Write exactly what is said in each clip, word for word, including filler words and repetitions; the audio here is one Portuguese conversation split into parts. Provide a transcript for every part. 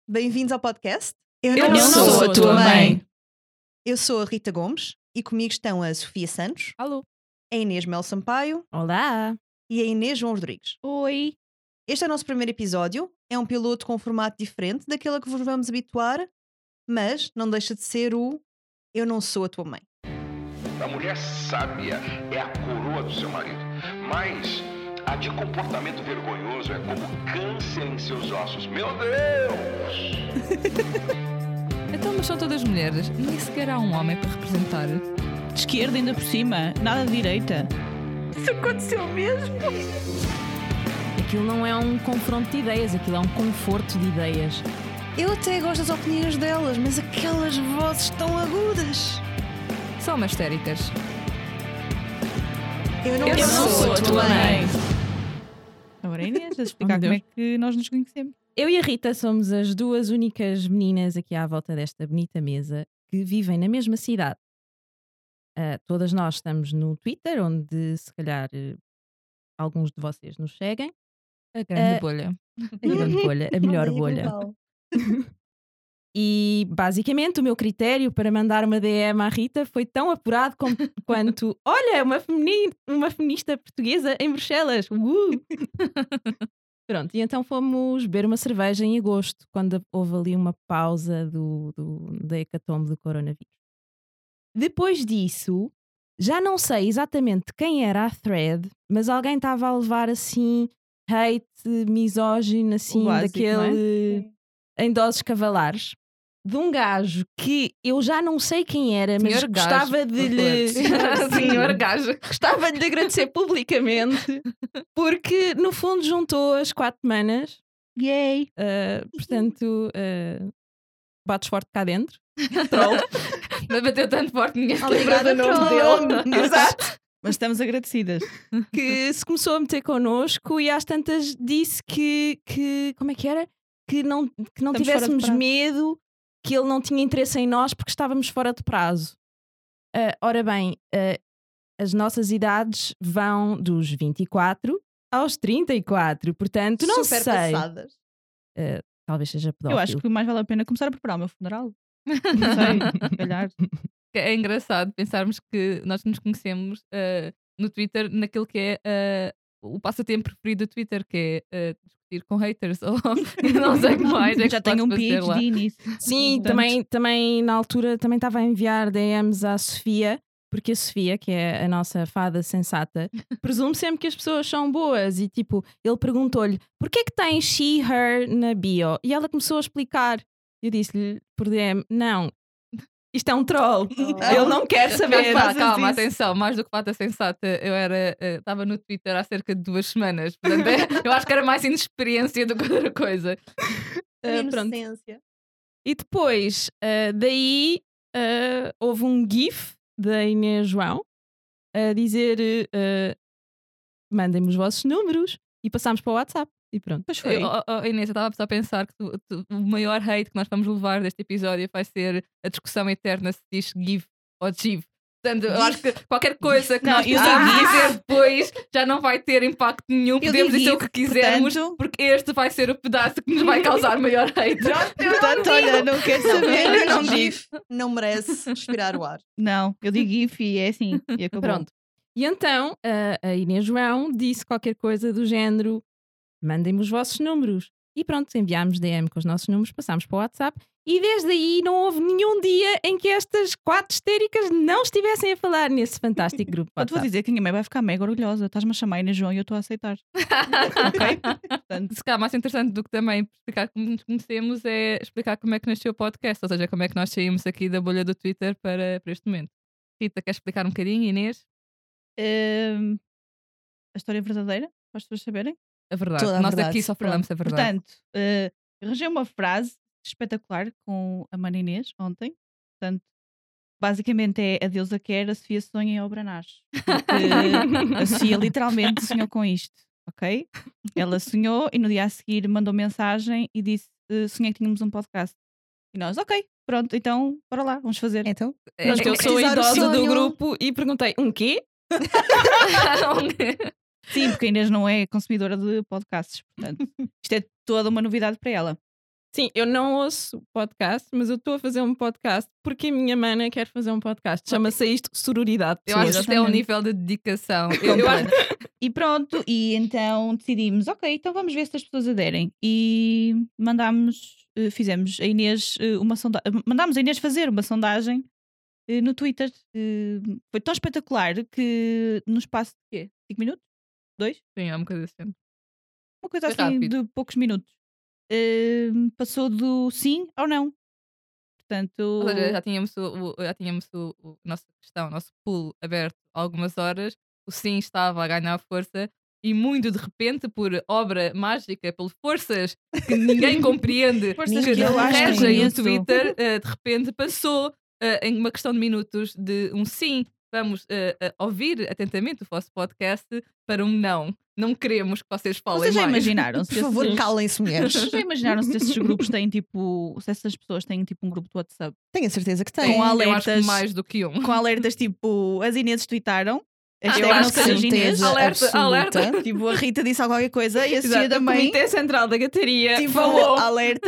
Bem-vindos ao podcast. Eu não, Eu não sou, sou a tua mãe. mãe. Eu sou a Rita Gomes e comigo estão a Sofia Santos. Alô. A Inês Mel Sampaio. Olá. E a Inês João Rodrigues. Oi. Este é o nosso primeiro episódio. É um piloto com um formato diferente daquele a que vos vamos habituar, mas não deixa de ser o Eu não sou a tua mãe. A mulher sábia é a coroa do seu marido, mas a de comportamento vergonhoso é como câncer em seus ossos. Meu Deus! Então, mas são todas mulheres. Nem sequer há um homem para representar. De esquerda ainda por cima, nada de direita. Isso aconteceu mesmo? Aquilo não é um confronto de ideias, aquilo é um conforto de ideias. Eu até gosto das opiniões delas, mas aquelas vozes tão agudas. São umas histéricas. Eu não, Eu eu não sou, sou a tua mãe. Agora, Inês, a explicar Oh, como é que nós nos conhecemos. Eu e a Rita somos as duas únicas meninas aqui à volta desta bonita mesa que vivem na mesma cidade. Uh, todas nós estamos no Twitter, onde se calhar uh, alguns de vocês nos seguem. A grande Uh, bolha. A grande bolha, a melhor bolha. E basicamente o meu critério para mandar uma D M à Rita foi tão apurado como, quanto olha, uma, femini, uma feminista portuguesa em Bruxelas. Uh! Pronto, e então fomos beber uma cerveja em agosto, quando houve ali uma pausa do, do, da hecatombe do coronavírus. Depois disso, já não sei exatamente quem era a thread, mas alguém estava a levar assim hate misógino, assim, básico, daquele é? em doses cavalares, de um gajo que eu já não sei quem era, mas Senhor gostava gajo, de lhe Senhor gajo. gostava de lhe agradecer publicamente, porque no fundo juntou as quatro manas. Yay! Uh, portanto, uh, bates forte cá dentro. Troll. Não bateu tanto forte, ninguém se Obrigada, lembra do nome troll. dele. Exato. Mas estamos agradecidas. Que se começou a meter connosco e às tantas disse que, que como é que era? Que não, que não Estamos fora de tivéssemos prazo. medo, que ele não tinha interesse em nós porque estávamos fora de prazo. Uh, ora bem, uh, as nossas idades vão dos vinte e quatro aos trinta e quatro, portanto, não Super sei. passadas. Uh, talvez seja pedófilo. Eu acho que mais vale a pena começar a preparar o meu funeral. Não sei, se calhar. É engraçado pensarmos que nós nos conhecemos uh, no Twitter naquilo que é uh, o passatempo preferido do Twitter, que é uh, discutir com haters ou não sei o que mais. É que Já se tenho um pode fazer lá. PhD nisso. Sim, Portanto, também, também na altura também estava a enviar D Ms à Sofia, porque a Sofia, que é a nossa fada sensata, presume sempre que as pessoas são boas e tipo, ele perguntou-lhe porquê é que tem she, her na bio? E ela começou a explicar. Eu disse-lhe por D M, não, isto é um troll, ele não quer saber. Mas, pá, calma, isso. atenção, mais do que fata sensata, eu era estava no Twitter há cerca de duas semanas. Portanto, é- eu acho que era mais inexperiência do que outra coisa. Ah, pronto. Inocência. E depois, ah, daí ah, houve um gif da Inês João a dizer ah, mandem-me os vossos números e passámos para o WhatsApp e pronto. Pois foi. Eu, oh, oh, Inês, eu estava só a pensar que tu- tu- o maior hate que nós vamos levar deste episódio vai ser a discussão eterna se diz give ou give. Portanto, eu acho que qualquer coisa que Não, nós eu possamos digo dizer depois já não vai ter impacto nenhum. Eu Podemos digo dizer o give, que quisermos, portanto- porque este vai ser o pedaço que nos vai causar maior hate. Portanto, olha, não quero saber, eu não digo. GIF não merece respirar o ar. Não, eu digo if e é assim. E acabou. Pronto. E então a, a Inês João disse qualquer coisa do género: mandem-me os vossos números. E pronto, enviámos D M com os nossos números, passámos para o WhatsApp e desde aí não houve nenhum dia em que estas quatro histéricas não estivessem a falar nesse fantástico grupo Eu te vou WhatsApp. dizer que a minha mãe vai ficar mega orgulhosa. Estás-me a chamar Inês João e eu estou a aceitar. Ok? Portanto, Se calhar mais interessante do que também explicar como nos conhecemos é explicar como é que nasceu o podcast, ou seja, como é que nós saímos aqui da bolha do Twitter para, para este momento. Rita, queres explicar um bocadinho, Inês? hum, a história verdadeira, para as pessoas saberem. A verdade. Toda a Nós verdade. aqui só falamos a verdade. Portanto, eh, arranjei uma frase espetacular com a Mana Inês ontem. Portanto, basicamente é a deusa quer, a Sofia sonha e a obra nasce. Porque a Sofia literalmente sonhou com isto, ok? Ela sonhou e no dia a seguir mandou mensagem e disse: eh, sonhei que tínhamos um podcast. E nós, ok, pronto, então bora lá, vamos fazer. Então, É, Mas que eu é- sou a realizar o idosa do sonho. grupo e perguntei: um quê? Sim, porque a Inês não é consumidora de podcasts, portanto, isto é toda uma novidade para ela. Sim, eu não ouço podcast, mas eu estou a fazer um podcast porque a minha mana quer fazer um podcast. Chama-se isto sororidade. Eu acho que pessoas. até é um nível de dedicação. Eu, eu acho E pronto, e então decidimos, ok, então vamos ver se as pessoas aderem. E mandámos, eh, fizemos a Inês eh, uma sondagem, mandámos a Inês fazer uma sondagem eh, no Twitter. Eh, Foi tão espetacular que no espaço de quê? cinco minutos? Dois? sim, é uma coisa assim. Uma coisa Foi assim rápido. de poucos minutos. Eh, passou do sim ao não. Portanto, Ou seja, já tínhamos, o, o- já tínhamos o, o a nossa questão, o nosso pool aberto há algumas horas, o sim estava a ganhar força e muito de repente, por obra mágica, por forças que ninguém compreende, Forças que que eu acho que regem o conheço. Twitter, eh, de repente passou eh, em uma questão de minutos de um sim. Vamos eh, eh, ouvir atentamente o vosso podcast para um não. Não queremos que vocês falem vocês já mais. imaginaram? Por favor, esses- calem-se, mulheres. Vocês já imaginaram se esses grupos têm tipo. Se essas pessoas têm tipo um grupo de WhatsApp Tenho a certeza que tem. Com Eu acho que alertas. mais do que um. com alertas tipo. As Ineses tweetaram. eu Hashtag acho não que sejas sim, Inês. certeza Alerta, absoluta. alerta. Tipo, a Rita disse qualquer coisa e a Sofia Exato, o também. Comitê Central da Gataria Tipo, falou. alerta.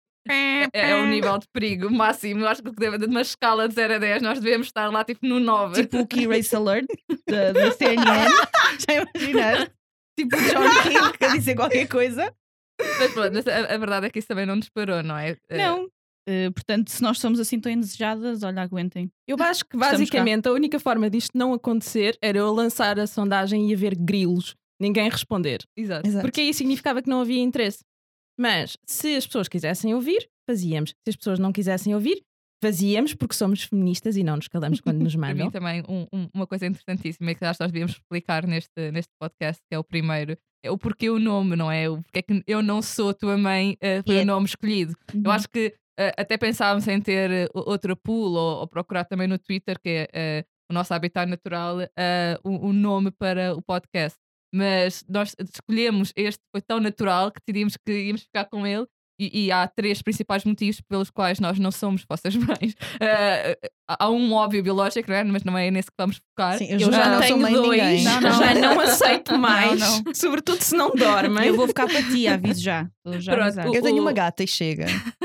É, é o nível de perigo máximo. Eu acho que deve, de uma escala de zero a dez, nós devemos estar lá tipo no nove. Tipo o Key Race Alert da, da C N N. Já imaginaste? Tipo o John King a dizer qualquer coisa. Mas pronto, mas a, a verdade é que isso também não disparou, não é? Eh, Não. Eh, portanto, se nós somos assim tão indesejadas, olha, aguentem. Eu acho que Estamos basicamente a única forma disto não acontecer era eu lançar a sondagem e haver grilos, ninguém responder. Exato. Exato. Porque aí significava que não havia interesse. Mas se as pessoas quisessem ouvir, fazíamos. Se as pessoas não quisessem ouvir, fazíamos porque somos feministas e não nos calamos quando nos Para mim mandam. também um- um- uma coisa interessantíssima é que acho que nós devíamos explicar neste, neste podcast, que é o primeiro, é o porquê o nome, não é? O porquê é que eu não sou tua mãe, eh, foi Yeah. o nome escolhido. Eu acho que eh, até pensávamos em ter eh, outra pool ou, ou procurar também no Twitter, que é eh, o nosso habitat natural, eh, um, um nome para o podcast. Mas nós escolhemos este, foi tão natural que decidimos que íamos ficar com ele. E, e há três principais motivos pelos quais nós não somos vossas mães. Eh, há um óbvio biológico, não é? Mas não é nesse que vamos focar. Sim, Eu já, não sou tenho mãe de dois, ninguém. Não, não. já não aceito mais, Não, sobretudo se não dormem. Eu vou ficar para ti, aviso já. Estou já a Pronto, avisar. o- Eu tenho uma gata e chega.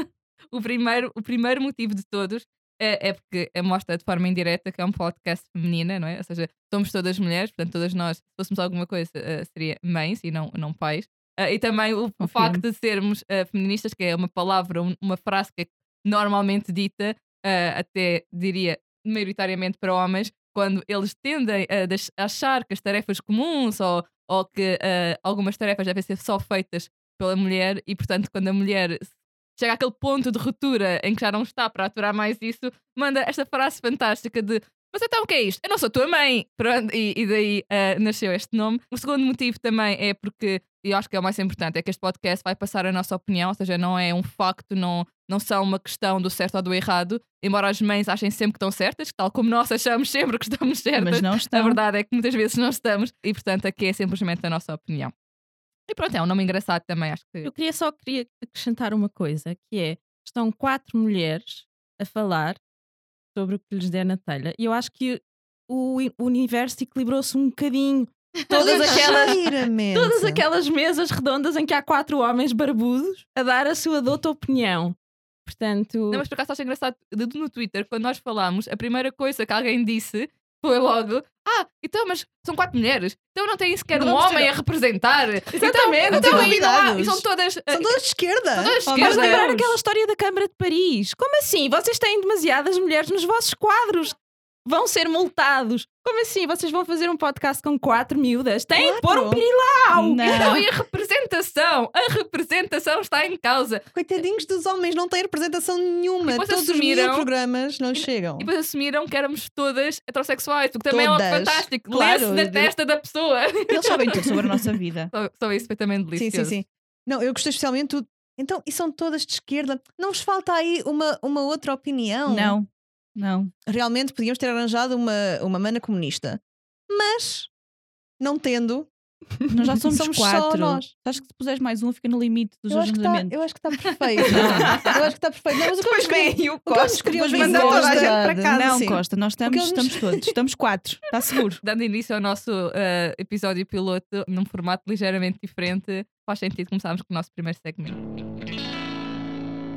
O primeiro, o primeiro motivo de todos é, é porque mostra de forma indireta que é um podcast feminina, não é? Ou seja, somos todas mulheres, portanto, todas nós, se fôssemos alguma coisa, eh, seria mães e não, não pais. Ah, e também o, o facto de sermos ah, feministas, que é uma palavra, um- uma frase que é normalmente dita, ah, até diria maioritariamente para homens, quando eles tendem a deix- a achar que as tarefas comuns ou, ou que ah, algumas tarefas devem ser só feitas pela mulher e, portanto, quando a mulher chega àquele ponto de ruptura em que já não está para aturar mais isso, manda esta frase fantástica de mas então o que é isto? Eu não sou tua mãe! Pronto, e, e daí ah, nasceu este nome. O segundo motivo também é porque, e eu acho que é o mais importante, é que este podcast vai passar a nossa opinião, ou seja, não é um facto, não, não são uma questão do certo ou do errado, embora as mães achem sempre que estão certas, tal como nós achamos sempre que estamos certas. Mas não A estão. verdade é que muitas vezes não estamos, e portanto aqui é simplesmente a nossa opinião. E pronto, é um nome engraçado também, acho que. Eu queria só queria acrescentar uma coisa, que é, estão quatro mulheres a falar sobre o que lhes der na telha. E eu acho que o i- o universo equilibrou-se um bocadinho. Todas aquelas, Ligeiramente. todas aquelas mesas redondas em que há quatro homens barbudos a dar a sua douta opinião. Portanto, Não, mas por acaso acho engraçado de- no Twitter, quando nós falámos, a primeira coisa que alguém disse foi logo: Ah, então, mas são quatro mulheres, então não tem sequer um Não vamos homem ter- a representar. Exatamente, então, então não aí não há- convidados. e são todas. São eh, todas de esquerda. São todas de Oh, esquerda. vamos meu lembrar Deus. aquela história da Câmara de Paris. Como assim? Vocês têm demasiadas mulheres nos vossos quadros. Vão ser multados. Como assim? Vocês vão fazer um podcast com quatro miúdas? Têm de pôr um Quatro? pirilau. Não. Então, e a representação? A representação está em causa. Coitadinhos dos homens, não têm representação nenhuma. depois Todos os assumiram- mil programas não chegam. E depois assumiram que éramos todas heterossexuais, porque também é algo Todas. fantástico. Claro. Lê-se na testa da pessoa. Eles sabem tudo sobre a nossa vida. Só, só isso foi também Sim, delicioso. sim, sim. Não, eu gostei especialmente do. Então, e são todas de esquerda? Não vos falta aí uma, uma outra opinião? Não, não. Realmente podíamos ter arranjado uma, uma mana comunista. Mas, não tendo, Nós já somos, Somos só quatro. nós. Acho que se puseres mais um, fica no limite dos eu acho, que tá, agendamentos. eu acho que está perfeito. eu acho que está perfeito. Não, mas o que eu Depois queria- vem o o que eles Costa, queriam depois dizer manda toda a é gente para verdade. casa. Não, Sim. Costa, nós estamos, eles- estamos todos. Estamos quatro. Está seguro. Dando início ao nosso eh, episódio piloto num formato ligeiramente diferente, faz sentido começarmos com o nosso primeiro segmento.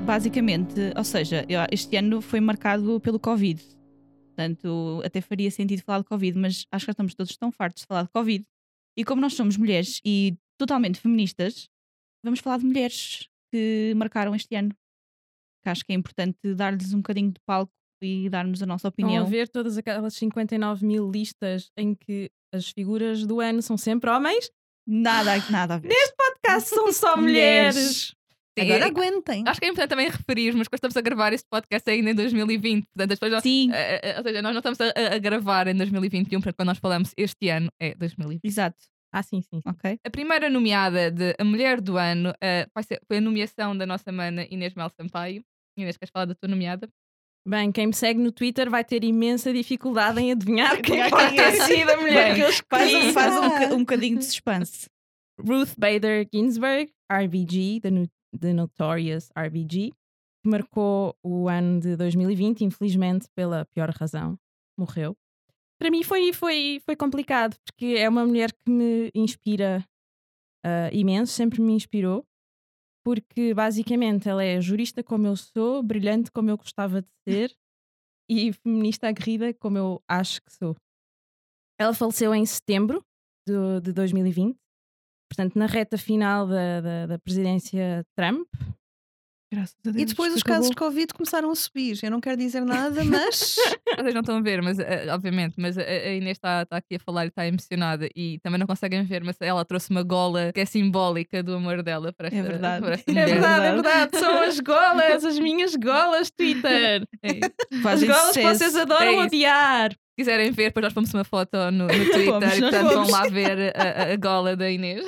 basicamente, ou seja, eu- este ano foi marcado pelo Covid. Portanto, até faria sentido falar de Covid, mas acho que já estamos todos tão fartos de falar de Covid. E como nós somos mulheres e totalmente feministas, vamos falar de mulheres que marcaram este ano. Que acho que é importante dar-lhes um bocadinho de palco e dar-nos a nossa Estão opinião. a ver todas aquelas cinquenta e nove mil listas em que as figuras do ano são sempre homens? Nada, nada a ver. Podcast são só mulheres. Sim, Agora e- aguentem. Acho que é importante também referirmos que estamos a gravar este podcast ainda em dois mil e vinte. Portanto, as pessoas não- Sim, eh, eh, ou seja, nós não estamos a, a gravar em dois mil e vinte e um, portanto, quando nós falamos este ano é dois mil e vinte. exato. Ah, sim, sim. sim. Ok. A primeira nomeada de A Mulher do Ano eh, vai ser, foi a nomeação da nossa mana Inês Mel Sampaio. Inês, queres falar da tua nomeada? Bem, quem me segue no Twitter vai ter imensa dificuldade em adivinhar quem Adivinhar pode quem é. ter sido a mulher Bem, que eu Faz, escolhi. um, faz um, boca- um bocadinho de suspense. Ruth Bader Ginsburg, R B G, The, no- The Notorious R B G, que marcou o ano de dois mil e vinte, infelizmente, pela pior razão, morreu. Para mim foi, foi, foi complicado, porque é uma mulher que me inspira ah, imenso, sempre me inspirou, porque basicamente ela é jurista como eu sou, brilhante como eu gostava de ser e feminista aguerrida como eu acho que sou. Ela faleceu em setembro de, de dois mil e vinte, portanto, na reta final da, da, da presidência Trump. Graças a Deus. E depois os casos de Covid começaram a subir. Eu não quero dizer nada, mas Vocês não estão a ver, mas eh, obviamente, mas a, a Inês está está aqui a falar e está emocionada e também não conseguem ver, mas ela trouxe uma gola que é simbólica do amor dela para esta, É verdade. para esta É mulher. verdade, é verdade, são as golas, as minhas golas, Twitter. É isso. As Fazem golas que sucesso. vocês adoram É isso. odiar. Se quiserem ver, depois nós pomos uma foto no, no Twitter Pomos, e nós portanto vão pomos. lá ver a, a- a gola da Inês.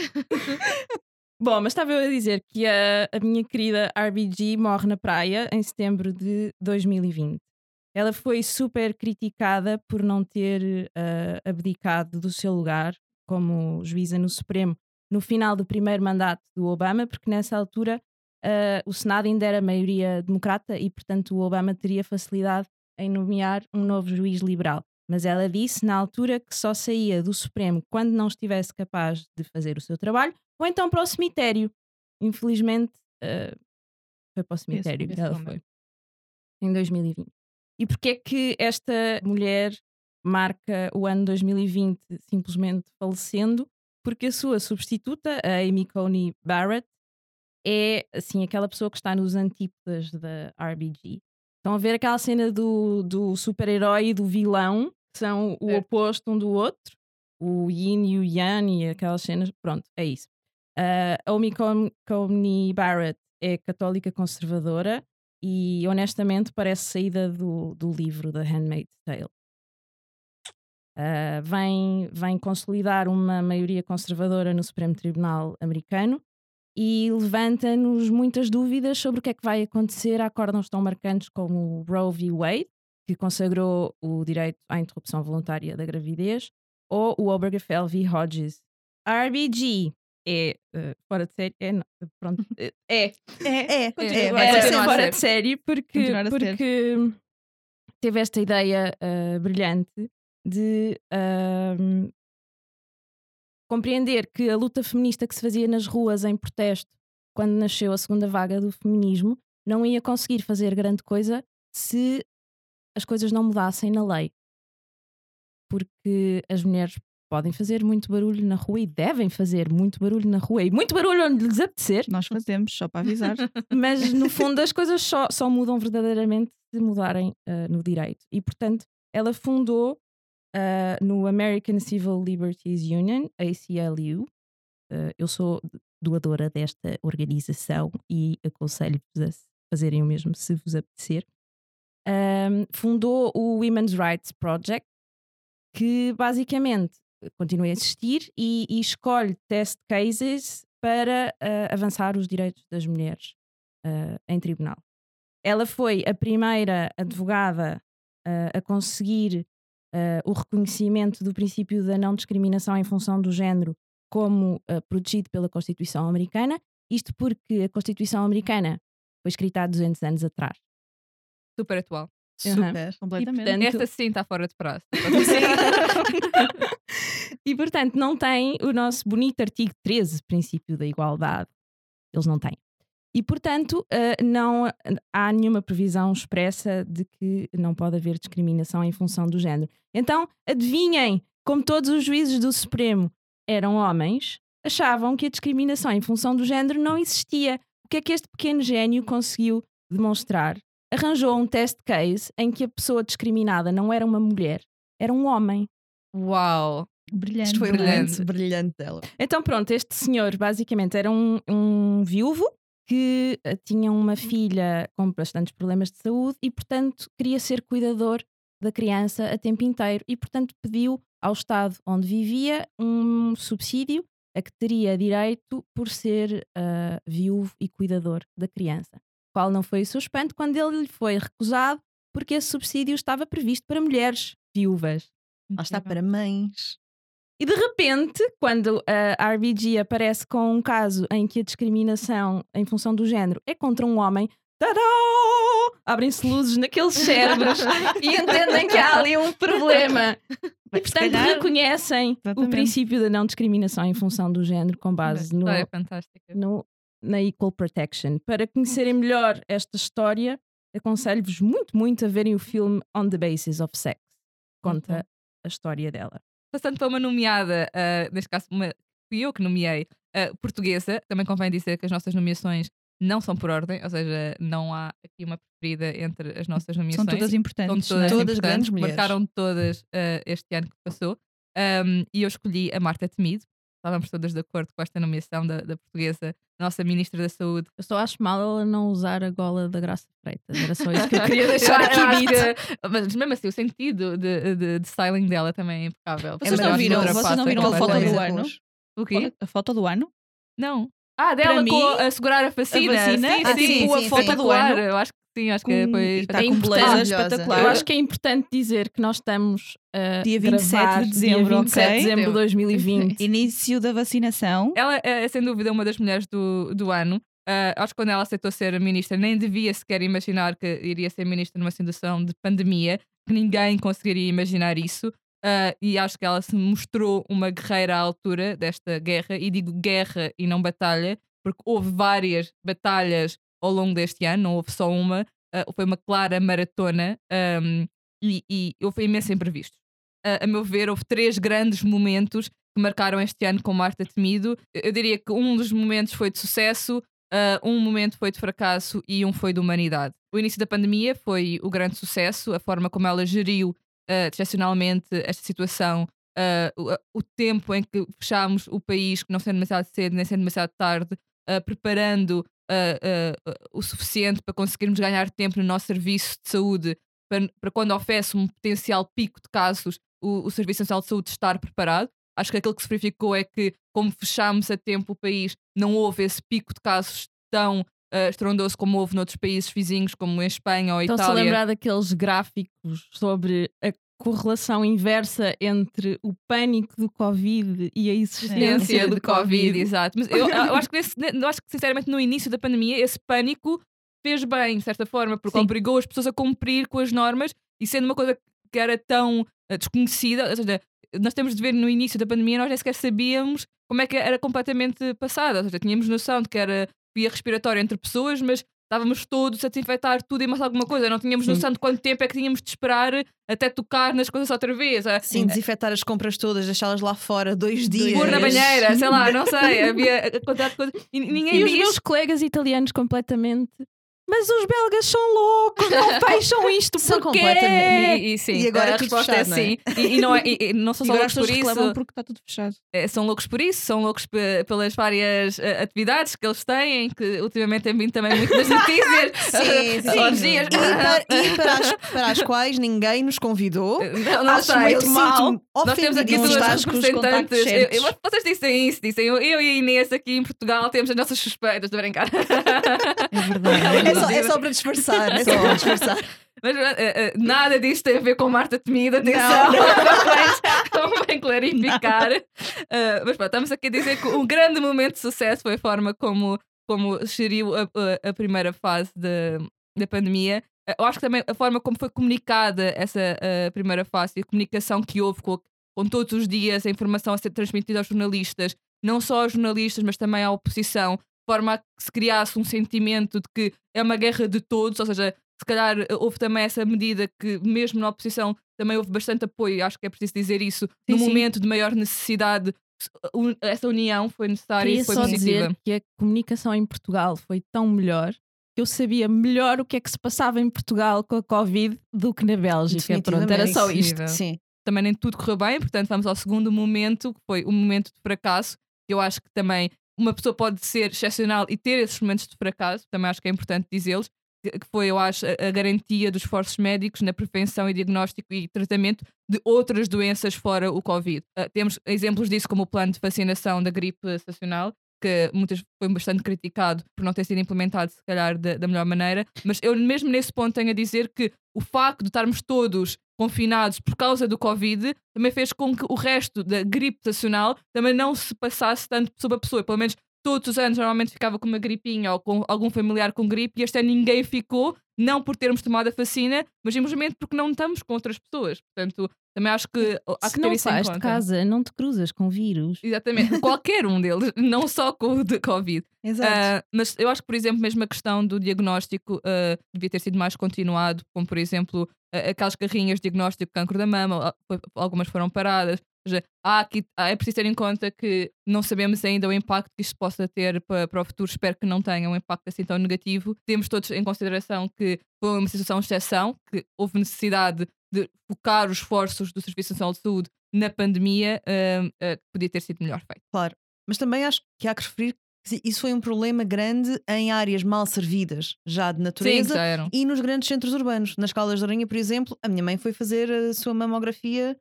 Bom, mas estava eu a dizer que a, a minha querida R B G morre na praia em setembro de dois mil e vinte. Ela foi super criticada por não ter ah, abdicado do seu lugar como juíza no Supremo no final do primeiro mandato do Obama, porque nessa altura ah, o Senado ainda era maioria democrata e, portanto, o Obama teria facilidade em nomear um novo juiz liberal. Mas ela disse na altura que só saía do Supremo quando não estivesse capaz de fazer o seu trabalho ou então para o cemitério. Infelizmente, ah, foi para o cemitério que esse ela momento. foi, em dois mil e vinte. E porquê é que esta mulher marca o ano dois mil e vinte simplesmente falecendo? Porque a sua substituta, a Amy Coney Barrett, é assim aquela pessoa que está nos antípodas da R B G. Estão a ver aquela cena do, do super-herói e do vilão, que são o Certo. oposto um do outro? O yin e o yang e aquelas cenas. Pronto, é isso. Uh, a Amy Con- Coney Barrett é católica conservadora e honestamente parece saída do, do livro The Handmaid's Tale. Uh, vem, vem consolidar uma maioria conservadora no Supremo Tribunal americano e levanta-nos muitas dúvidas sobre o que é que vai acontecer a acórdãos tão marcantes como o Roe v. Wade, que consagrou o direito à interrupção voluntária da gravidez, ou o Obergefell v. Hodges. A R B G é uh, fora de série, é, não, pronto, é, é, é, é, É, vai é, ser continua a fora ser. de série porque, Continuar a ser. porque teve esta ideia uh, brilhante de um, compreender que a luta feminista que se fazia nas ruas em protesto quando nasceu a segunda vaga do feminismo não ia conseguir fazer grande coisa se as coisas não mudassem na lei. Porque as mulheres podem fazer muito barulho na rua e devem fazer muito barulho na rua e muito barulho onde lhes apetecer, Nós fazemos, só para avisar. mas no fundo as coisas só, só mudam verdadeiramente se mudarem uh, no direito. E portanto ela fundou uh, no American Civil Liberties Union, A C L U. Uh, eu sou doadora desta organização e aconselho-vos a fazerem o mesmo se vos apetecer. Um, fundou o Women's Rights Project, que basicamente continua a existir e, e escolhe test cases para uh, avançar os direitos das mulheres uh, em tribunal. Ela foi a primeira advogada uh, a conseguir uh, o reconhecimento do princípio da não discriminação em função do género como uh, protegido pela Constituição Americana, isto porque a Constituição Americana foi escrita há duzentos anos atrás. Super atual. super. Completamente. portanto- Esta sim está fora de prazo. E portanto não tem o nosso bonito artigo treze, princípio da igualdade. Eles não têm. E, portanto, uh, não há nenhuma previsão expressa de que não pode haver discriminação em função do género. Então, adivinhem, como todos os juízes do Supremo eram homens, achavam que a discriminação em função do género não existia. O que é que este pequeno gênio conseguiu demonstrar? Arranjou um test case em que a pessoa discriminada não era uma mulher, era um homem. Uau! Brilhante. Isto foi Brilhante. muito brilhante dela. Então pronto, este senhor basicamente era um, um viúvo que uh, tinha uma filha com bastantes problemas de saúde e, portanto, queria ser cuidador da criança a tempo inteiro e, portanto, pediu ao Estado onde vivia um subsídio a que teria direito por ser uh, viúvo e cuidador da criança. Qual não foi o seu espanto quando ele lhe foi recusado porque esse subsídio estava previsto para mulheres viúvas. Lá está para mães. E de repente, quando a R B G aparece com um caso em que a discriminação em função do género é contra um homem, tadá! Abrem-se luzes naqueles cérebros e entendem que há ali um problema. E, portanto, calhar- reconhecem Exatamente. o princípio da não discriminação em função do género com base no, É fantástica. no- na Equal Protection. Para conhecerem melhor esta história, aconselho-vos muito, muito a verem o filme On the Basis of Sex. Conta Uhum. a história dela. Passando para uma nomeada, uh, neste caso uma, fui eu que nomeei, uh, portuguesa, também convém dizer que as nossas nomeações não são por ordem, ou seja, não há aqui uma preferida entre as nossas São nomeações. todas importantes. São todas, não é? Todas importantes, grandes mulheres. marcaram todas uh, este ano que passou. Um, e eu escolhi a Marta Temido. Estávamos todas de acordo com esta nomeação da, da portuguesa, nossa Ministra da Saúde. Eu só acho mal ela não usar a gola da Graça Freitas. Era só isso que eu queria Eu deixar acho aqui dito. que- mas mesmo assim, o sentido de, de, de styling dela também é impecável. Vocês É não melhor viram- que outra vocês face, não é viram a foto completamente- do ano? O quê? A foto do ano? Não. Ah, dela Para com mim, a segurar a vacina. a vacina sim, é sim, tipo sim, a foto do espetacular. ano. Eu acho que sim, acho que Com- foi e tá É com importante. beleza Maravilhosa. espetacular. Eu acho que é importante dizer que nós estamos a Dia vinte e sete gravar de dezembro, dia vinte e sete de ok? dezembro de dois mil e vinte. Início da vacinação. Ela é, sem dúvida, uma das mulheres do, do ano. Ah, acho que quando ela aceitou ser ministra, nem devia sequer imaginar que iria ser ministra numa situação de pandemia, que ninguém conseguiria imaginar isso. Ah, e acho que ela se mostrou uma guerreira à altura desta guerra, e digo guerra e não batalha, porque houve várias batalhas ao longo deste ano, não houve só uma. Ah, foi uma clara maratona, ahm, e, e houve imenso imprevisto. A, a meu ver, houve três grandes momentos que marcaram este ano com Marta Temido. Eu eu diria que um dos momentos foi de sucesso, uh, um momento foi de fracasso e um foi de humanidade. O início da pandemia foi o grande sucesso, a forma como ela geriu uh, excepcionalmente esta situação, uh, o, o tempo em que fechámos o país, não sendo demasiado cedo nem sendo demasiado tarde, uh, preparando uh, uh, o suficiente para conseguirmos ganhar tempo no nosso serviço de saúde, para, para quando houvesse um potencial pico de casos, o, o Serviço Nacional de Saúde estar preparado. Acho que aquilo que se verificou é que, como fechámos a tempo o país, não houve esse pico de casos tão uh, estrondoso como houve noutros países vizinhos, como em Espanha ou Estão-se a Itália. lembrar daqueles gráficos sobre a correlação inversa entre o pânico do Covid e a existência Ciência do de Covid, Covid. exato. Mas eu, eu acho que nesse, eu acho que sinceramente no início da pandemia esse pânico fez bem, de certa forma, porque Sim. obrigou as pessoas a cumprir com as normas, e sendo uma coisa que era tão uh, desconhecida, ou seja, nós temos de ver no início da pandemia, nós nem sequer sabíamos como é que era completamente passada, ou seja, tínhamos noção de que era via respiratória entre pessoas, mas estávamos todos a desinfetar tudo e mais alguma coisa, não tínhamos Sim. noção de quanto tempo é que tínhamos de esperar até tocar nas coisas outra vez. Ah, Sim, desinfetar as compras todas, deixá-las lá fora dois dias. pôr na banheira, sei lá, não sei, havia a quantidade de coisas. E ninguém E os diz. meus colegas italianos completamente. Mas os belgas são loucos, não fecham isto São porquê? completamente- E, e sim, E agora a é tudo resposta fechado, é sim. E, e não é, e, e não são E só agora as loucos por pessoas isso. reclamam porque está tudo fechado. É, são loucos por isso, são loucos pe- pelas várias eh, atividades que eles têm, que ultimamente têm vindo também muito nas notícias. Sim, sim. Orgias. E, para, e para, as, para as quais ninguém nos convidou. Não, não Acho sei. muito mal. Nós temos aqui Não duas estás com os representantes. contactos Eu- certos. eu- vocês dizem isso, dizem eu, eu e a Inês aqui em Portugal temos as nossas suspeitas de brincar. É verdade. É só, é só para disfarçar. É só para disfarçar. Mas eh, eh, nada disto tem a ver com Marta Temido, atenção, convém clarificar. Eh, mas pronto, estamos aqui a dizer que um grande momento de sucesso foi a forma como, como geriu a, a- a primeira fase da, da pandemia. Eh, Eu acho que também a forma como foi comunicada essa eh, primeira fase e a comunicação que houve com, com todos os dias, a informação a ser transmitida aos jornalistas, não só aos jornalistas, mas também à oposição, forma a que se criasse um sentimento de que é uma guerra de todos, ou seja, se calhar houve também essa medida que mesmo na oposição também houve bastante apoio, acho que é preciso dizer isso, Sim, no sim. momento de maior necessidade, un- essa união foi necessária Queria e foi só positiva. dizer que a comunicação em Portugal foi tão melhor que eu sabia melhor o que é que se passava em Portugal com a Covid do que na Bélgica. Pronto, era só isto. Incrível. Sim. Também nem tudo correu bem, portanto vamos ao segundo momento, que foi o momento de fracasso, que eu acho que também uma pessoa pode ser excepcional e ter esses momentos de fracasso, também acho que é importante dizê-los, que que foi, eu acho, a, a garantia dos esforços médicos na prevenção e diagnóstico e tratamento de outras doenças fora o Covid. Uh, temos exemplos disso como o plano de vacinação da gripe estacional, que muitas foi bastante criticado por não ter sido implementado, se calhar, da, da melhor maneira, mas eu mesmo nesse ponto tenho a dizer que o facto de estarmos todos confinados por causa do Covid também fez com que o resto da gripe estacional também não se passasse tanto pessoa a pessoa, pelo menos todos os anos normalmente ficava com uma gripinha ou com algum familiar com gripe e este ano ninguém ficou, não por termos tomado a vacina, mas simplesmente porque não estamos com outras pessoas. Portanto, também acho que há Se que ter não isso em sais de conta. casa, não te cruzas com vírus. Exatamente, qualquer um deles, não só com o de Covid. Exato. Uh, mas eu acho que, por exemplo, mesmo a questão do diagnóstico uh, devia ter sido mais continuado, como, por exemplo, uh, aquelas carrinhas de diagnóstico de cancro da mama, uh, foi- algumas foram paradas. Ou seja, há aqui, há- é preciso ter em conta que não sabemos ainda o impacto que isto possa ter para, para o futuro. Espero que não tenha um impacto assim tão negativo. Temos todos em consideração que foi uma situação de exceção, que houve necessidade de focar os esforços do Serviço Nacional de Saúde na pandemia, uh, uh, que podia ter sido melhor feito. Claro. Mas também acho que há que referir que isso foi um problema grande em áreas mal servidas, já de Sim, natureza, já eram. e nos grandes centros urbanos. Nas Caldas de Rainha, por exemplo, a minha mãe foi fazer a sua mamografia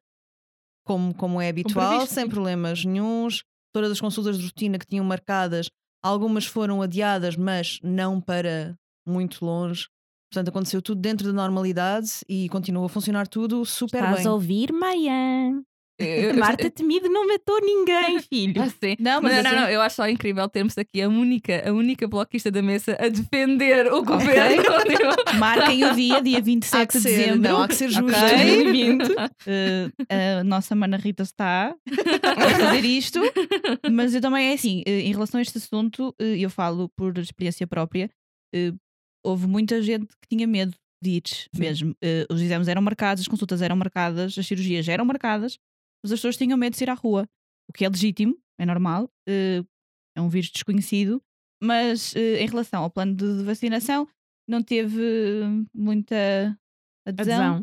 como, como é habitual, previsto, sem sim. problemas nenhuns. Todas as consultas de rotina que tinham marcadas, algumas foram adiadas, mas não para muito longe. Portanto, aconteceu tudo dentro da normalidade e continua a funcionar tudo super Estás bem. a ouvir, Maia? Eu- A eu- Marta Temido não matou ninguém, filho. Ah, sim. Não, mas não, eu não, sei- não, eu acho só incrível termos aqui a única, a única bloquista da mesa a defender o governo. Marquem o dia, dia Há vinte e sete que de ser, dezembro. não, há que ser justo. Ok? dois mil e vinte. Eh, a nossa mana Rita está a fazer isto, mas eu também é assim, eh, em relação a este assunto, eh, eu falo por experiência própria, eh, houve muita gente que tinha medo de ir mesmo. Eh, os exames eram marcados, as consultas eram marcadas, as cirurgias eram marcadas, mas as pessoas tinham medo de sair à rua, o que é legítimo, é normal, eh, é um vírus desconhecido, mas eh, em relação ao plano de, de vacinação, não teve eh, muita adesão Adesão.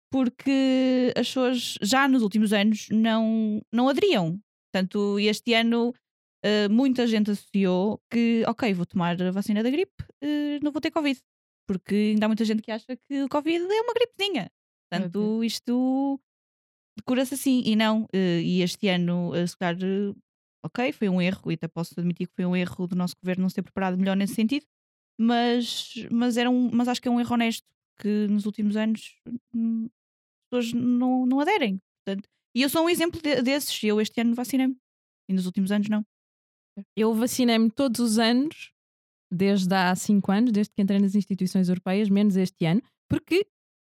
porque as pessoas já nos últimos anos não, não aderiam. Portanto, este ano eh, muita gente associou que, ok, vou tomar a vacina da gripe, eh, não vou ter Covid. Porque ainda há muita gente que acha que o Covid é uma gripezinha. Portanto, isto cura-se assim. E não. eh, e este ano, eh, se calhar, eh, ok, foi um erro, e até posso admitir que foi um erro do nosso governo não se ter preparado melhor nesse sentido. Mas, mas, era um, mas acho que é um erro honesto, que nos últimos anos hum, as pessoas não, não aderem. Portanto, e eu sou um exemplo de- desses. Eu este ano vacinei-me. E nos últimos anos não. Eu vacinei-me todos os anos, desde há cinco anos, desde que entrei nas instituições europeias, menos este ano, porque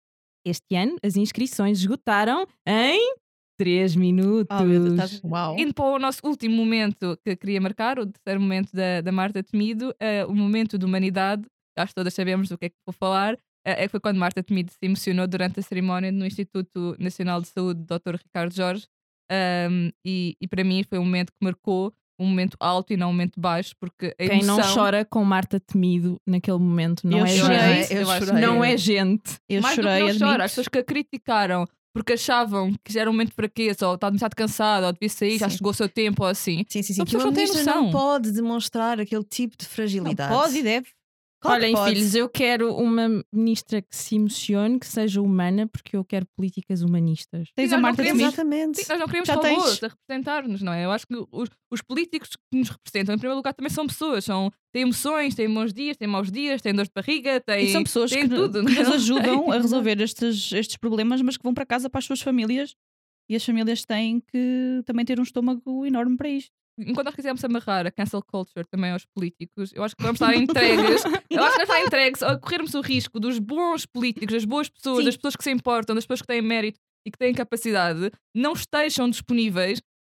este ano as inscrições esgotaram em três minutos. Oh, meu Deus, estás- Uau. Indo para o nosso último momento que queria marcar, o terceiro momento da, da Marta Temido, eh, o momento de humanidade, acho que todas sabemos do que é que vou falar, eh, é que foi quando Marta Temido se emocionou durante a cerimónia no Instituto Nacional de Saúde, doutor Ricardo Jorge, um, e, e para mim foi um momento que marcou um momento alto e não um momento baixo, porque a Quem não emoção... chora com Marta Temido naquele momento não Eu é chorei, gente. eu eu acho- chorei. Não é gente. Eu mais chorei, do que não admito. chora, as pessoas que a criticaram porque achavam que já era um momento de fraqueza, ou estava demasiado cansado, ou devia sair, já Sim. chegou o seu tempo, ou assim. Sim, sim, sim. São Que uma pessoas que não têm ministra não noção. pode demonstrar aquele tipo de Não fragilidade. pode e deve. Claro que Olhem, pode. filhos, eu quero uma ministra que se emocione, que seja humana, porque eu quero políticas humanistas. Tens Sim, a nós não Marta queremos- Temido. Exatamente. Sim, nós não queremos Já robôs tens. a representar-nos, não é? Eu acho que os, os políticos que nos representam, em primeiro lugar, também são pessoas. São, têm emoções, têm bons dias, têm maus dias, têm dor de barriga, têm, E são pessoas têm que, tudo. que nos não é? ajudam a resolver estes, estes problemas, mas que vão para casa para as suas famílias. E as famílias têm que também ter um estômago enorme para isto. Enquanto nós quisermos amarrar a cancel culture também aos políticos, eu acho que vamos estar entregues, eu acho que vamos estar entregues a corrermos o risco dos bons políticos, das boas pessoas, Sim. das pessoas que se importam, das pessoas que têm mérito e que têm capacidade, não estejam disponíveis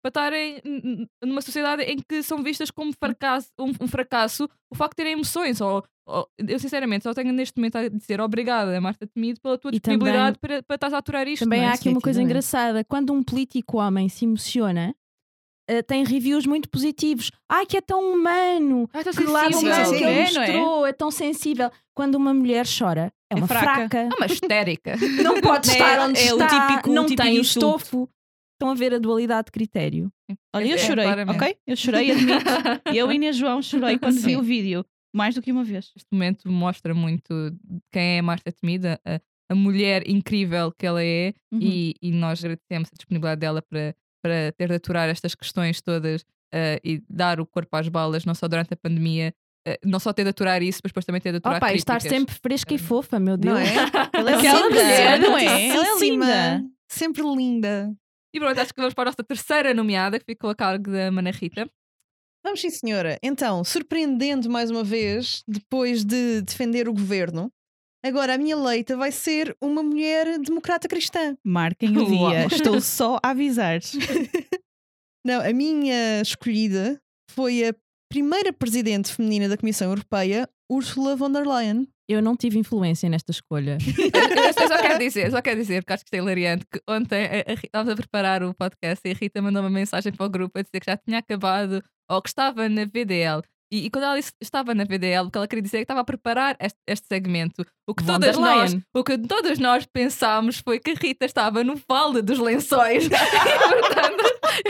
para estarem numa sociedade em que são vistas como fracasso, um, um fracasso o facto de terem emoções. Ou, ou, eu sinceramente só tenho neste momento a dizer obrigada, Marta Temido, pela tua E disponibilidade também- para, para estás a aturar isto. Também não é? há aqui uma coisa Efetivamente. engraçada. Quando um político homem se emociona, uh, tem reviews muito positivos. Ai, que é tão humano! Ah, tão Que lado sensível. humano que ele É, não é? mostrou, é tão sensível. Quando uma mulher chora, é uma fraca. fraca. É uma histérica. Não pode É- estar onde é o está, típico- o não típico tem o insulto. estofo. Estão a ver a dualidade de critério. Olha, eu É, chorei, claramente. ok? Eu chorei, admito. Eu e Inês João chorei quando vi Sim. o vídeo. Mais do que uma vez. Este momento mostra muito quem é a Marta Temida, a, a mulher incrível que ela é, Uhum. e, e nós agradecemos a disponibilidade dela para, para ter de aturar estas questões todas uh, e dar o corpo às balas, não só durante a pandemia, uh, não só ter de aturar isso, mas depois também ter de aturar Opa, e estar críticas. sempre fresca e fofa, meu Deus. Não é? Ela é Aquela linda, mulher, não é? Ela é lindíssima, linda. Sempre linda. E pronto, acho que vamos para a nossa terceira nomeada, que ficou a cargo da Mana Rita. Vamos sim, senhora. Então, surpreendendo mais uma vez, depois de defender o governo, agora a minha leita vai ser uma mulher democrata cristã. Marquem o dia. Uau. Estou só a avisar. Não, a minha escolhida foi a primeira presidente feminina da Comissão Europeia, Ursula von der Leyen. Eu não tive influência nesta escolha. Eu só quero dizer, só quero dizer, porque acho que isto é hilariante, que ontem a, a, Rita- estávamos a preparar o podcast e a Rita mandou uma mensagem para o grupo a dizer que já tinha acabado ou que estava na V D L. E, e quando ela disse que estava na V D L, o que ela queria dizer é que estava a preparar este, este segmento. O que, Von todas der nós, Leyen. o que todas nós pensámos foi que a Rita estava no Vale dos Lençóis. E, portanto,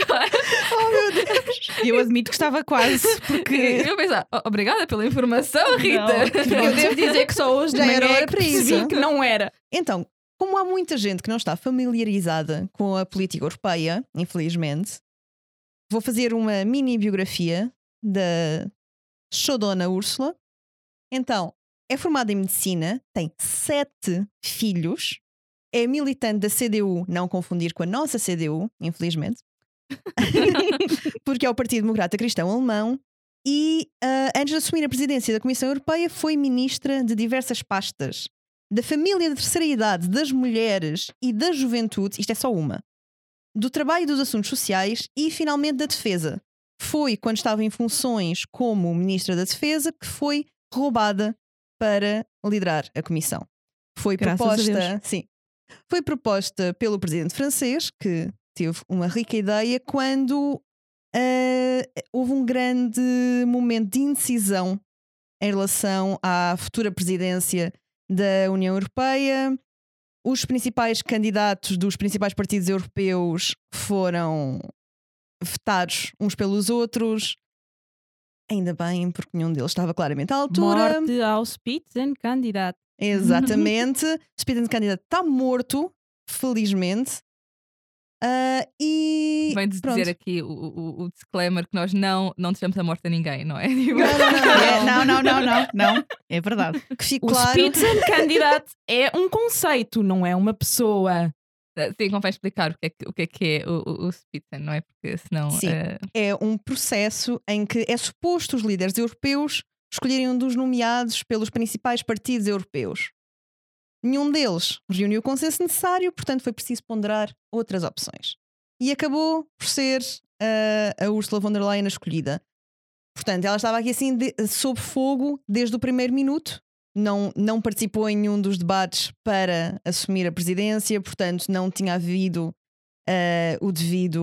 E eu admito que estava quase, porque. eu pensava, "Oh, obrigada pela informação, Rita. Eu devo dizer que só hoje de Já manhã era hora é que para percebi isso. que não era. Então, como há muita gente que não está familiarizada com a política europeia, infelizmente, vou fazer uma mini biografia da Xodona Úrsula. Então, é formada em medicina, tem sete filhos, é militante da C D U, não confundir com a nossa C D U, infelizmente, porque é o Partido Democrata Cristão Alemão. E ah, antes de assumir a presidência da Comissão Europeia, foi ministra de diversas pastas da família da terceira idade, das mulheres e da juventude, isto é só uma, do trabalho e dos assuntos sociais e finalmente da defesa. Foi quando estava em funções como ministra da defesa que foi roubada para liderar a comissão. Foi Graças a proposta, Deus. sim, foi proposta pelo presidente francês, que teve uma rica ideia quando ah, houve um grande momento de indecisão em relação à futura presidência da União Europeia. Os principais candidatos dos principais partidos europeus foram vetados uns pelos outros. Ainda bem, porque nenhum deles estava claramente à altura. Morte ao Spitzenkandidat. Exatamente. Spitzenkandidat está morto, felizmente. Ah, e Vem de pronto. dizer aqui o, o, o disclaimer que nós não, não deixamos a morte a ninguém, não é? Tipo, Não, não, não, não. É, não, não, não, não, não. É verdade. Que fique O claro. Spitzenkandidat é um conceito, não é uma pessoa. Sim, convém explicar o que é que, o que, é, que é o, o, o Spitzen, não é? Porque senão. Sim. eh, É um processo em que é suposto os líderes europeus escolherem um dos nomeados pelos principais partidos europeus. Nenhum deles reuniu o consenso necessário, portanto foi preciso ponderar outras opções. E acabou por ser uh, a Ursula von der Leyen a escolhida. Portanto, ela estava aqui assim de, sob fogo desde o primeiro minuto. Não, não participou em nenhum dos debates para assumir a presidência, portanto não tinha havido uh, o devido...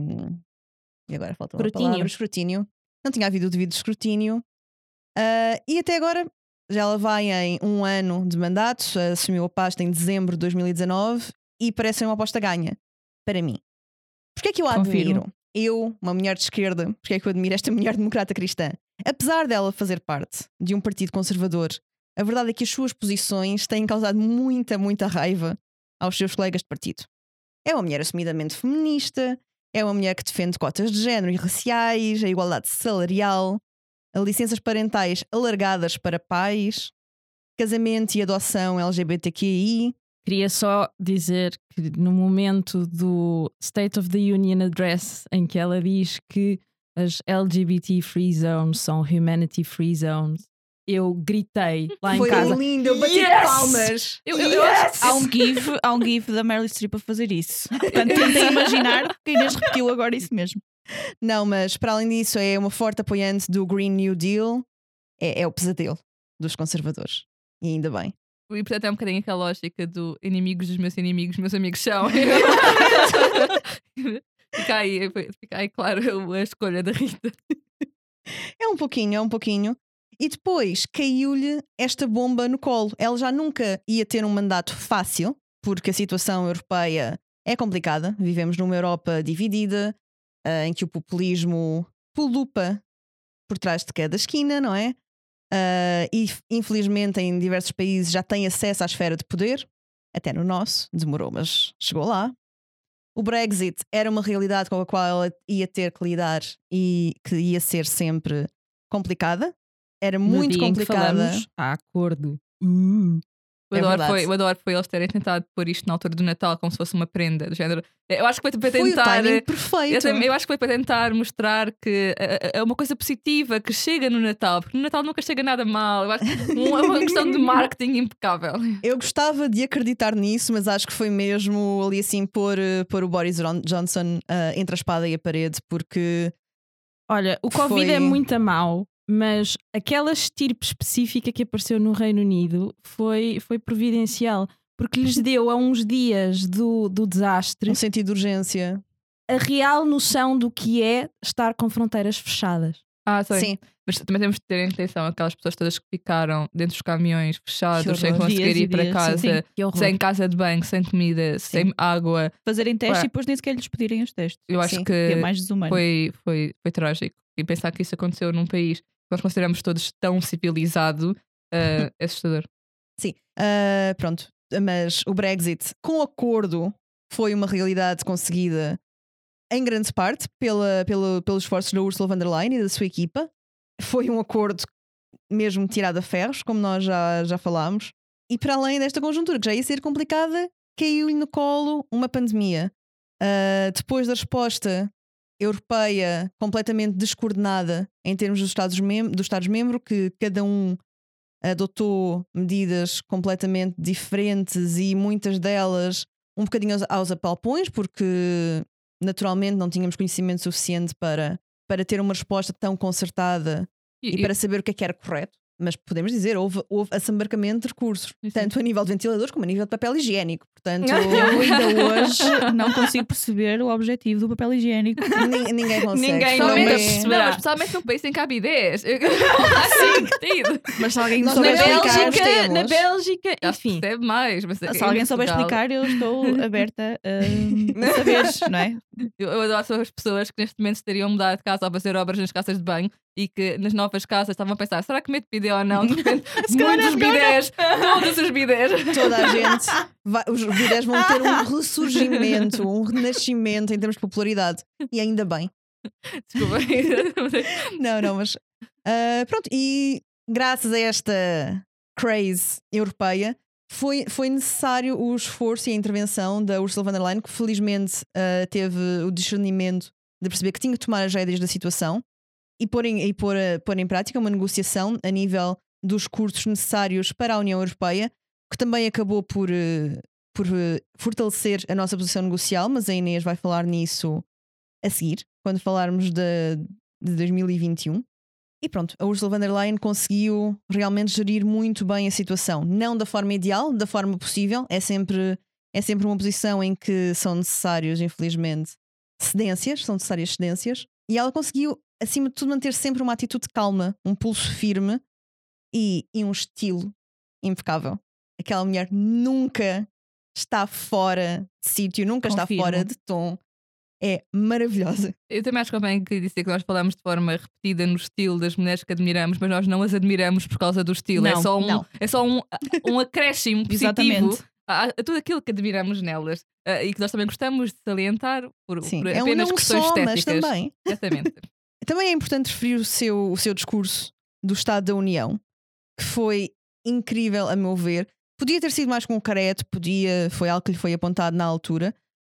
E agora falta uma Escrutínio. palavra, escrutínio. Não tinha havido o devido escrutínio. Uh, e até agora já ela vai em um ano de mandato, assumiu a pasta em dezembro de dois mil e dezanove e parece uma aposta ganha, para mim. Porquê é que eu a Confirmo. admiro? Eu, uma mulher de esquerda, porquê é que eu admiro esta mulher democrata cristã? Apesar dela fazer parte de um partido conservador, a verdade é que as suas posições têm causado muita, muita raiva aos seus colegas de partido. É uma mulher assumidamente feminista, é uma mulher que defende cotas de género e raciais, a igualdade salarial, a licenças parentais alargadas para pais, casamento e adoção L G B T Q I. Queria só dizer que no momento do State of the Union Address, em que ela diz que as L G B T free zones são humanity free zones eu gritei lá em Foi casa. lindo, eu bati Yes! palmas. Eu, eu, eu acho Há um gif, há um gif da Meryl Streep a fazer isso. Portanto, tentem imaginar que a Inês repetiu agora isso mesmo. Não, mas para além disso, é uma forte apoiante do Green New Deal. É, é o pesadelo dos conservadores. E ainda bem. E portanto é um bocadinho aquela lógica do inimigos dos meus inimigos, meus amigos são. Fica aí, fica aí claro a escolha da Rita. É um pouquinho, é um pouquinho. E depois caiu-lhe esta bomba no colo. Ela já nunca ia ter um mandato fácil, porque a situação europeia é complicada. Vivemos numa Europa dividida, uh, em que o populismo pulupa por trás de cada esquina, não é? Uh, e infelizmente em diversos países já tem acesso à esfera de poder, até no nosso, demorou, mas chegou lá. O Brexit era uma realidade com a qual ela ia ter que lidar e que ia ser sempre complicada. Era muito no dia complicada. Em que falamos, há acordo. Uh, O é adoro, verdade. foi, o adoro foi eles terem tentado pôr isto na altura do Natal como se fosse uma prenda do género. Eu acho que foi para Foi o tentar. timing Eu, perfeito. também- eu acho que foi para tentar mostrar que é é uma coisa positiva que chega no Natal, porque no Natal nunca chega nada mal. Eu acho que é uma questão de marketing impecável. Eu gostava de acreditar nisso, mas acho que foi mesmo ali assim pôr, eh, pôr o Boris Ron- Johnson ah, entre a espada e a parede, porque Olha, o Covid Foi- é muito a mau, mas aquela estirpe específica que apareceu no Reino Unido foi, foi providencial, porque lhes deu a uns dias do, do desastre um sentido de urgência. a real noção do que é estar com fronteiras fechadas. Ah, sei. Sim, Mas também temos de ter atenção aquelas pessoas todas que ficaram dentro dos caminhões Que fechados, sem horror. conseguir Dias e ir para dias, casa, sim. Que horror. sem casa de banho, sem comida, sem água. Fazerem testes Ué. e depois nem sequer lhes pedirem os testes. Eu acho Sim, que Que é mais desumano. foi, foi, foi trágico. E pensar que isso aconteceu num país que nós consideramos todos tão civilizado eh, é assustador. Ah, pronto. Mas o Brexit, com acordo, foi uma realidade conseguida em grande parte pela, pela, pelos esforços da Ursula von der Leyen e da sua equipa. Foi um acordo mesmo tirado a ferros, como nós já, já falámos. E para além desta conjuntura, que já ia ser complicada, caiu-lhe no colo uma pandemia. Ah, depois da resposta europeia completamente descoordenada em termos dos Estados-membros, dos Estados-membros, que cada um adotou medidas completamente diferentes e muitas delas um bocadinho aos, aos apalpões, porque naturalmente não tínhamos conhecimento suficiente para, para ter uma resposta tão concertada E, e para saber o que é que era correto. Mas podemos dizer, houve, houve assambarcamento de recursos, Sim. tanto a nível de ventiladores como a nível de papel higiênico. Portanto, Eu ainda hoje não consigo perceber o objetivo do papel higiênico. Ni- ninguém consegue. Ninguém Não nunca é- percebeu. Não, mas especialmente num país em que há bidez. Sim, tido. Mas se alguém me Nós Na não souber explicar, explicar, nós Bélgica, temos. na Bélgica, Já se enfim. percebe mais. Mas se alguém souber explicar, eu estou aberta a, a saber, não é? Eu, eu adoro as pessoas que neste momento estariam a mudar de casa ou a fazer obras nas casas de banho e que nas novas casas estavam a pensar: será que meto bidé ou não? De repente, muitos bidés, todos os bidés. Toda a gente, vai- os bidés vão ter um ressurgimento, um renascimento em termos de popularidade. E ainda bem. Desculpa. Não, não, mas ah, pronto, e graças a esta craze europeia foi, foi necessário o esforço e a intervenção da Ursula von der Leyen, que felizmente ah, teve o discernimento de perceber que tinha que tomar as rédeas da situação e pôr em, e pôr, a- pôr em prática uma negociação a nível dos cursos necessários para a União Europeia, que também acabou por, eh, por eh, fortalecer a nossa posição negocial, mas a Inês vai falar nisso a seguir, quando falarmos de, de dois mil e vinte e um. E pronto, a Ursula von der Leyen conseguiu realmente gerir muito bem a situação. Não da forma ideal, da forma possível. É sempre, é sempre uma posição em que são necessários, infelizmente, cedências, são necessárias cedências. E ela conseguiu, acima de tudo, manter sempre uma atitude calma, um pulso firme e, e um estilo impecável. Aquela mulher nunca está fora de sítio, nunca está Confirmo. fora de tom. É maravilhosa. Eu também acho que convém que dizer que nós falamos de forma repetida no estilo das mulheres que admiramos, mas nós não as admiramos por causa do estilo. é Não, só um, não. é só um, um acréscimo positivo Exatamente. a, a tudo aquilo que admiramos nelas ah, e que nós também gostamos de salientar por, Sim, por é um apenas não questões só, mas estéticas. também. Exatamente. Também é importante referir o seu, o seu discurso do Estado da União, que foi incrível a meu ver. Podia ter sido mais concreto, podia, foi algo que lhe foi apontado na altura,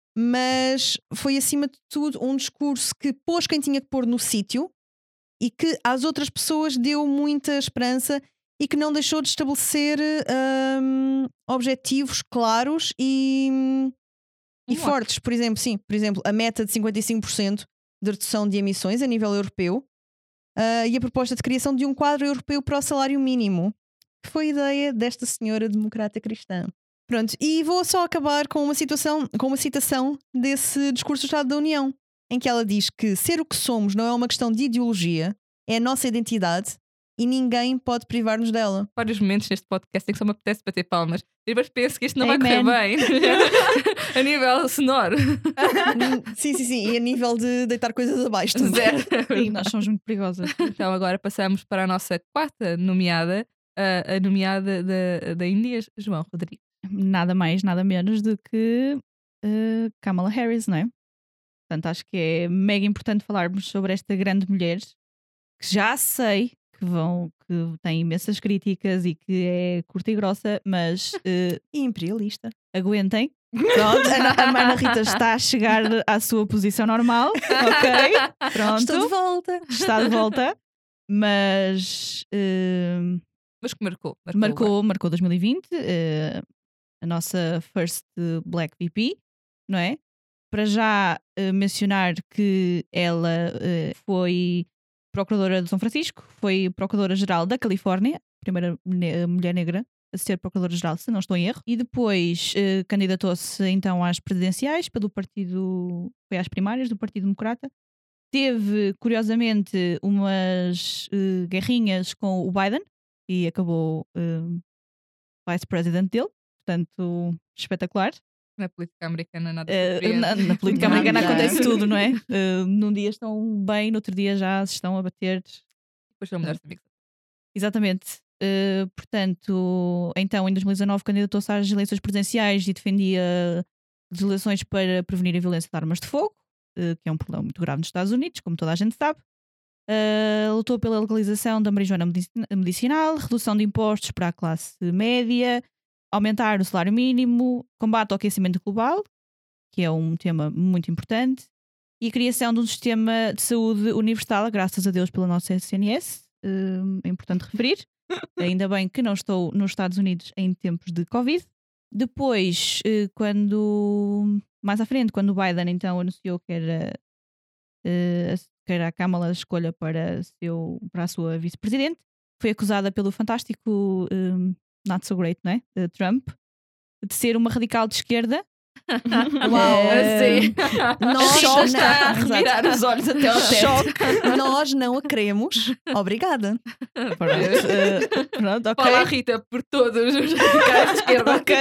mas foi acima de tudo um discurso que pôs quem tinha que pôr no sítio e que às outras pessoas deu muita esperança e que não deixou de estabelecer hum, objetivos claros e, e Um fortes. Por exemplo, sim, por exemplo, a meta de cinquenta e cinco por cento de redução de emissões a nível europeu uh, e a proposta de criação de um quadro europeu para o salário mínimo, que foi a ideia desta senhora democrata cristã. Pronto, e vou só acabar com uma, situação, com uma citação desse discurso do Estado da União, em que ela diz que ser o que somos não é uma questão de ideologia, é a nossa identidade e ninguém pode privar-nos dela. Vários momentos neste podcast em que só me apetece bater palmas. E depois penso que isto não vai Amen. correr bem. A nível sonoro. Sim, sim, sim, e a nível de deitar coisas abaixo também. Zero. Sim, nós somos muito perigosas. Então agora passamos para a nossa quarta nomeada, a, a nomeada da, da Inês, João Rodrigues. Nada mais, nada menos do que uh, Kamala Harris, não é? Portanto, acho que é mega importante falarmos sobre esta grande mulher que já sei que vão, que tem imensas críticas e que é curta e grossa, mas uh, E imperialista. aguentem. Pronto, a, a Ana Rita está a chegar à sua posição normal, ok? Pronto, Estou de volta. está de volta, mas uh, Mas que marcou. Marcou. marcou, marcou dois mil e vinte, uh, a nossa first Black V P, não é? Para já uh, mencionar que ela uh, foi procuradora de São Francisco, foi procuradora-geral da Califórnia, primeira ne- mulher negra a ser procuradora-geral, se não estou em erro, e depois uh, candidatou-se então às presidenciais pelo partido, foi às primárias do Partido Democrata. Teve, curiosamente, umas uh, guerrinhas com o Biden e acabou uh, vice-president dele, portanto, espetacular. Na política americana nada Uh, surpreende. na, na política Nada. americana acontece tudo, não é? Uh, num dia estão bem, no outro dia já se estão a bater. Depois são melhores amigos. Exatamente. Uh, portanto, então, em dois mil e dezanove candidatou-se às eleições presidenciais e defendia legislações para prevenir a violência de armas de fogo, uh, que é um problema muito grave nos Estados Unidos, como toda a gente sabe. Uh, lutou pela legalização da marijuana medici- medicinal, redução de impostos para a classe média, aumentar o salário mínimo, combate ao aquecimento global, que é um tema muito importante, e a criação de um sistema de saúde universal, graças a Deus pela nossa S N S, uh, é importante referir. Ainda bem que não estou nos Estados Unidos em tempos de Covid. Depois, uh, quando mais à frente, quando o Biden então anunciou que era, uh, que era a Kamala a escolha para, seu, para a sua vice-presidente, foi acusada pelo fantástico um, Not So Great, não é? De Trump, de ser uma radical de esquerda. Uau, Eh, Sim. Nós Choque. não- Está a revirar os olhos até ao teto. Choque. Nós não a queremos. Obrigada. Pronto, eh, pronto, ok. Fala a Rita por todos os radicais de esquerda. Ok.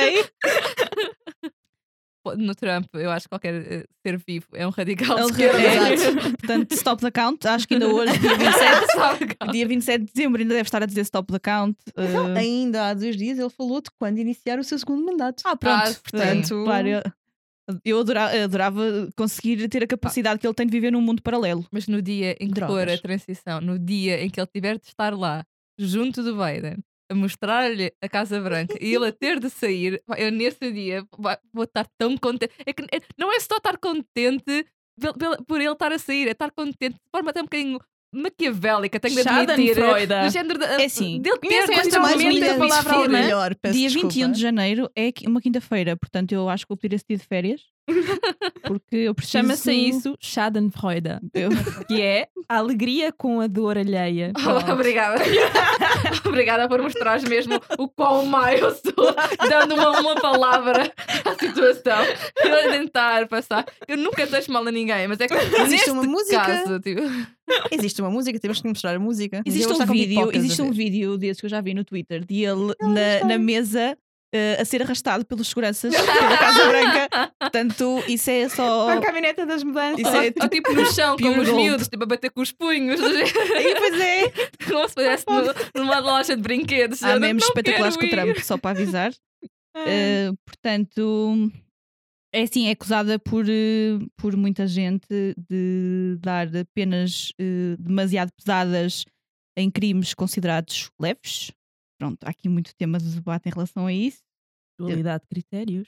No Trump, eu acho que qualquer eh, ser vivo é um radical de Ele- esquerda. é, Exato. portanto, stop the count. Acho que ainda hoje, dia vinte e sete, Sabe? dia vinte e sete de dezembro, ainda deve estar a dizer stop the count. eh, Ainda há dois dias ele falou de quando iniciar o seu segundo mandato. Ah, pronto. Ah, portanto- Claro, eu- eu adora- adorava conseguir ter a capacidade que ele tem de viver num mundo paralelo. Mas no dia em que Drogas. for a transição, no dia em que ele tiver de estar lá, junto do Biden, a mostrar-lhe a Casa Branca e ele a ter de sair, pá, eu nesse dia pá, vou estar tão contente. É que, é- não é só estar contente pel- pel- por ele estar a sair, é estar contente de forma até um bocadinho maquiavélica, tenho de admitir. Schadenfreude. Do género de, É assim, dele ter conhecem esta continuamente bonita a palavra existir. alemã? melhor, peço Dia desculpa. vinte e um de janeiro é qui- uma quinta-feira, portanto eu acho que vou pedir esse dia de férias. Porque eu preciso... Chama-se a isso Schadenfreude, Eu- que é a alegria com a dor alheia. Oh, obrigada. Obrigada por mostrares mesmo o quão má eu sou, dando uma, uma palavra à situação. Eu a tentar passar. Eu nunca deixo mal a ninguém, mas é que Existe neste uma música. caso, tipo, Existe uma música, temos que mostrar a música. Existe Eu vou um estar com vídeo, pipocas a existe um ver. vídeo desses que eu já vi no Twitter de ele na, na mesa eh, a ser arrastado pelos seguranças pela Casa Branca. Portanto, isso é só. A caminhoneta das mudanças. Isso é ou tipo no chão, Pure como os gold. miúdos, tipo a bater com os punhos, E pois é. como se estivesse no- numa loja de brinquedos. Há Eu memes não espetaculares com quero o ir. Trump, só para avisar. Eh, portanto, é assim, é acusada por, eh, por muita gente de dar penas eh, demasiado pesadas em crimes considerados leves. Pronto, há aqui muito tema de debate em relação a isso. Dualidade de critérios.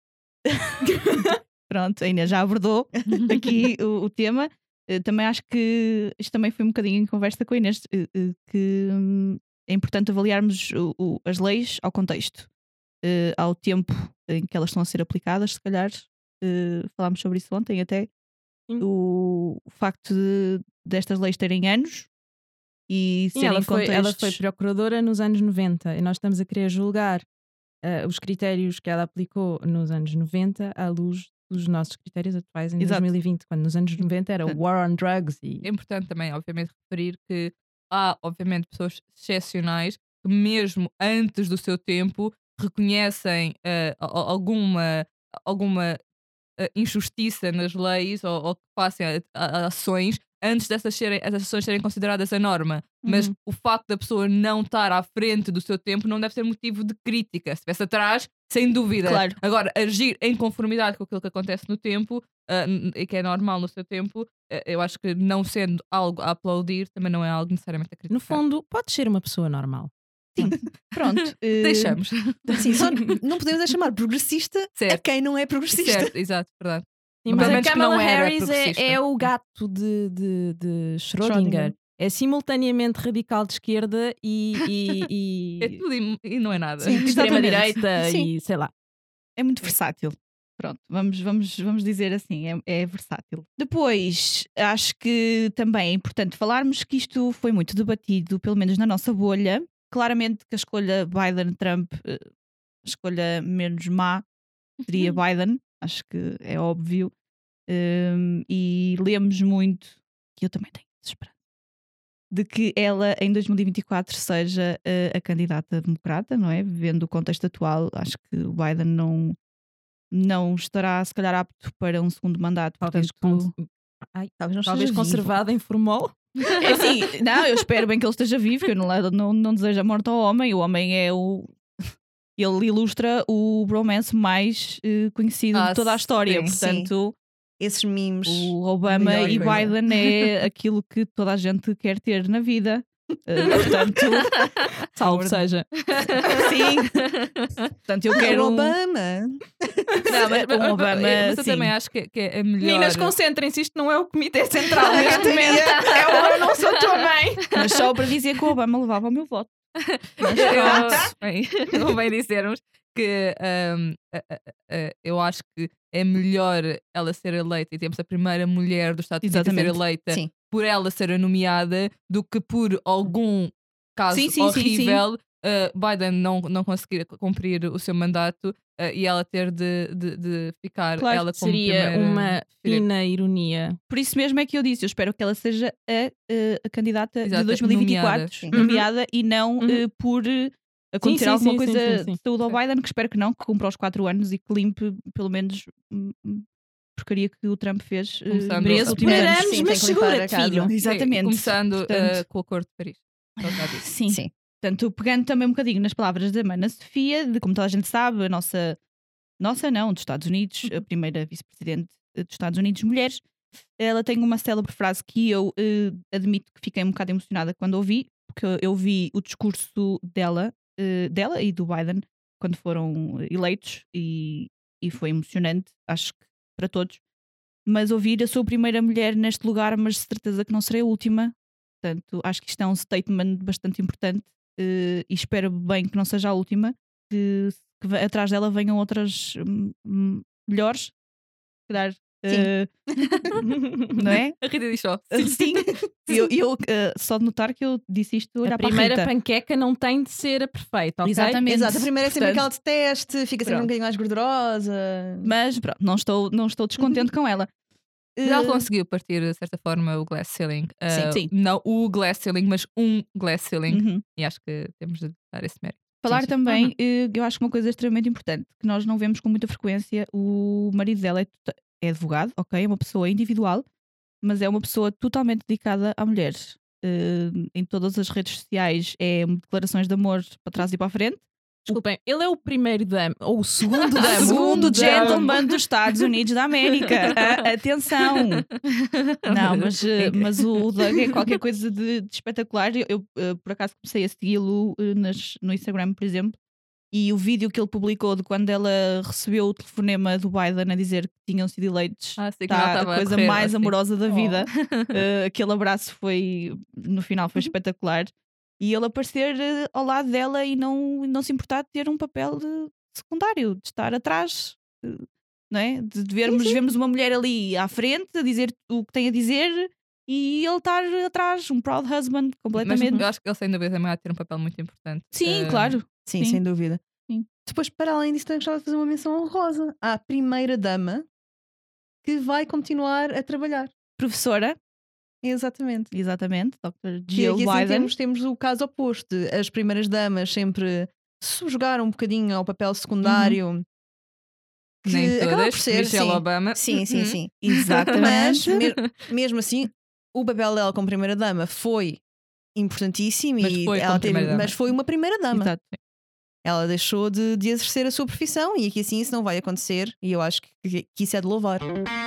Pronto, a Inês já abordou aqui o, o tema. Eh, também acho que isto também foi um bocadinho em conversa com a Inês, eh, eh, que hum, é importante avaliarmos o, o, as leis ao contexto, uh, ao tempo em que elas estão a ser aplicadas, se calhar. Uh, falámos sobre isso ontem até. O, o facto de, destas leis terem anos e Sim, serem ela foi, contextos... ela foi procuradora nos anos noventa e nós estamos a querer julgar uh, os critérios que ela aplicou nos anos noventa à luz dos nossos critérios atuais em Exato. dois mil e vinte, quando nos anos noventa era o War on Drugs e... É importante também, obviamente, referir que há, obviamente, pessoas excepcionais que mesmo antes do seu tempo reconhecem uh, alguma, alguma uh, injustiça nas leis ou, ou que façam a, a, ações antes dessas, serem, essas ações serem consideradas a norma. Uhum. Mas o facto da pessoa não estar à frente do seu tempo não deve ser motivo de crítica. Se estivesse atrás, sem dúvida. Claro. Agora, agir em conformidade com aquilo que acontece no tempo uh, e que é normal no seu tempo, uh, eu acho que não sendo algo a aplaudir, também não é algo necessariamente a criticar. No fundo, podes ser uma pessoa normal. Sim, pronto. uh, Deixamos. Sim, só não podemos é chamar progressista a Certo. quem não é progressista. Certo, exato, verdade. Sim, Pelo mas a menos que Kamala não era Harris progressista. é, é o gato de, de, de Schrödinger. Schrödinger. É simultaneamente radical de esquerda e, e, e É tudo e, e não é nada. Sim. extrema-direita Sim. e sei lá. É muito versátil. Pronto, vamos, vamos, vamos dizer assim, é, é versátil. Depois, acho que também é importante falarmos que isto foi muito debatido, pelo menos na nossa bolha. Claramente que a escolha Biden-Trump, eh, a escolha menos má, seria Biden. Acho que é óbvio. Um, e lemos muito, que eu também tenho esperança, de que ela em dois mil e vinte e quatro seja uh, a candidata democrata, não é? Vendo o contexto atual, acho que o Biden não, não estará, se calhar, apto para um segundo mandato. Talvez, Portanto, con- Ai, Talvez não talvez esteja vivo. conservada em formol. é assim, não, eu espero bem que ele esteja vivo, que eu não, não, não desejo a morte ao homem. O homem é o. Ele ilustra o bromance mais uh, conhecido Ah, de toda a história. sim, Portanto, Esses memes. o Obama melhor e coisa. Biden é aquilo que toda a gente quer ter na vida. Uh, portanto, Salvo seja. sim. Portanto, eu Ah, quero. o um- Obama. Não, mas um Obama, mas eu sim. também acho que, que é melhor. Meninas, concentrem-se, isto não é o Comitê Central neste momento. É o Eu Não Sou Tua Mãe. Mas só para dizer que o Obama levava o meu voto. Mas Eu, pronto. bem, convém dizermos que um, a- a- a- eu acho que é melhor ela ser eleita e temos a primeira mulher do Estado Unidos a ser Exatamente. eleita Sim. por ela ser nomeada do que por algum caso Sim, sim, sim, sim. horrível uh, Biden não, não conseguir cumprir o seu mandato uh, e ela ter de, de, de ficar Claro, ela como Seria primeira uma filha. fina ironia. Por isso mesmo é que eu disse, eu espero que ela seja a, a- a candidata Exato, de dois mil e vinte e quatro, nomeada, sim. nomeada, e não Uhum. eh, por eh, acontecer sim, alguma sim, sim, coisa sim, sim. de saúde ao Biden, que espero que não, que cumpra os quatro anos e que limpe pelo menos hum, hum, porcaria que o Trump fez eh, Começando nesses a- últimos anos. Superamos, Sim, mas tem que limpar a segura-te, casa. filho. Exatamente. Sim, começando Portanto, uh, com o Acordo de Paris. Só já disse. sim. Sim. Portanto, pegando também um bocadinho nas palavras da Mana Sofia, de como toda a gente sabe, a nossa, nossa não, dos Estados Unidos, a primeira vice-presidente eh, dos Estados Unidos, mulheres, ela tem uma célebre frase que eu eh, admito que fiquei um bocado emocionada quando ouvi, porque eu vi o discurso dela, eh, dela e do Biden quando foram eleitos e, e foi emocionante, acho que para todos. Mas ouvir, eu sou a primeira mulher neste lugar, mas de certeza que não serei a última. Portanto, acho que isto é um statement bastante importante eh, e espero bem que não seja a última, que, que ve- atrás dela venham outras hum, hum, melhores, se calhar, eh, não é? A Rita diz só. Sim, eu, eu eh, só de notar que eu disse isto a olhar A para a primeira Rita. panqueca não tem de ser a perfeita, ok? Exatamente. Exato, a primeira é sempre Portanto, aquela de teste, fica sempre um pronto. bocadinho mais gordurosa. Mas pronto, não estou, não estou descontente com ela. Mas ela Eh, conseguiu partir, de certa forma, o glass ceiling. Sim, Uh, sim. Não o glass ceiling, mas um glass ceiling. uhum. E acho que temos de dar esse mérito. Falar Sim, sim. também, eh, eu acho que uma coisa extremamente importante, que nós não vemos com muita frequência, o marido dela é, tota- é advogado, ok? É uma pessoa individual, mas é uma pessoa totalmente dedicada à mulher. Eh, em todas as redes sociais é declarações de amor para trás e para a frente. Desculpem, ele é o primeiro damo, ou o segundo damo. Segundo damo. gentleman dos Estados Unidos da América. Ah, atenção! Não, mas, eh, mas o Doug é qualquer coisa de, de espetacular. Eu, eu, eh, por acaso, comecei a segui-lo eh, nas- no Instagram, por exemplo, e o vídeo que ele publicou de quando ela recebeu o telefonema do Biden a dizer que tinham sido eleitos Ah, sei que está ela a estava a coisa correr, mais assim. amorosa da Oh. vida. Eh, aquele abraço foi, no final, foi espetacular. e ele aparecer uh, ao lado dela e não, não se importar de ter um papel uh, secundário, de estar atrás, uh, não é? De, de vermos, sim, sim. vermos uma mulher ali à frente a dizer o que tem a dizer e ele estar atrás, um proud husband, Mas completamente. eu acho que ele sem dúvida também vai ter um papel muito importante. Sim, Ah, claro. Sim, Sim. sem dúvida. Sim. Depois, para além disso, também gostava de fazer uma menção honrosa à primeira dama que vai continuar a trabalhar. Professora, Exatamente. exatamente, doutor Que Jill aqui assim Biden. temos, temos o caso oposto. As primeiras damas sempre subjugaram um bocadinho ao papel secundário. Que Nem acaba todas. por ser, Michelle sim. Obama. Sim, sim, Uhum. sim. Exatamente. Mas, me- mesmo assim, o papel dela como primeira-dama foi importantíssimo. Mas e foi ela como teve- primeira-dama. mas foi uma primeira-dama. Exato. Ela deixou de, de exercer a sua profissão e aqui assim isso não vai acontecer. E eu acho que, que isso é de louvar.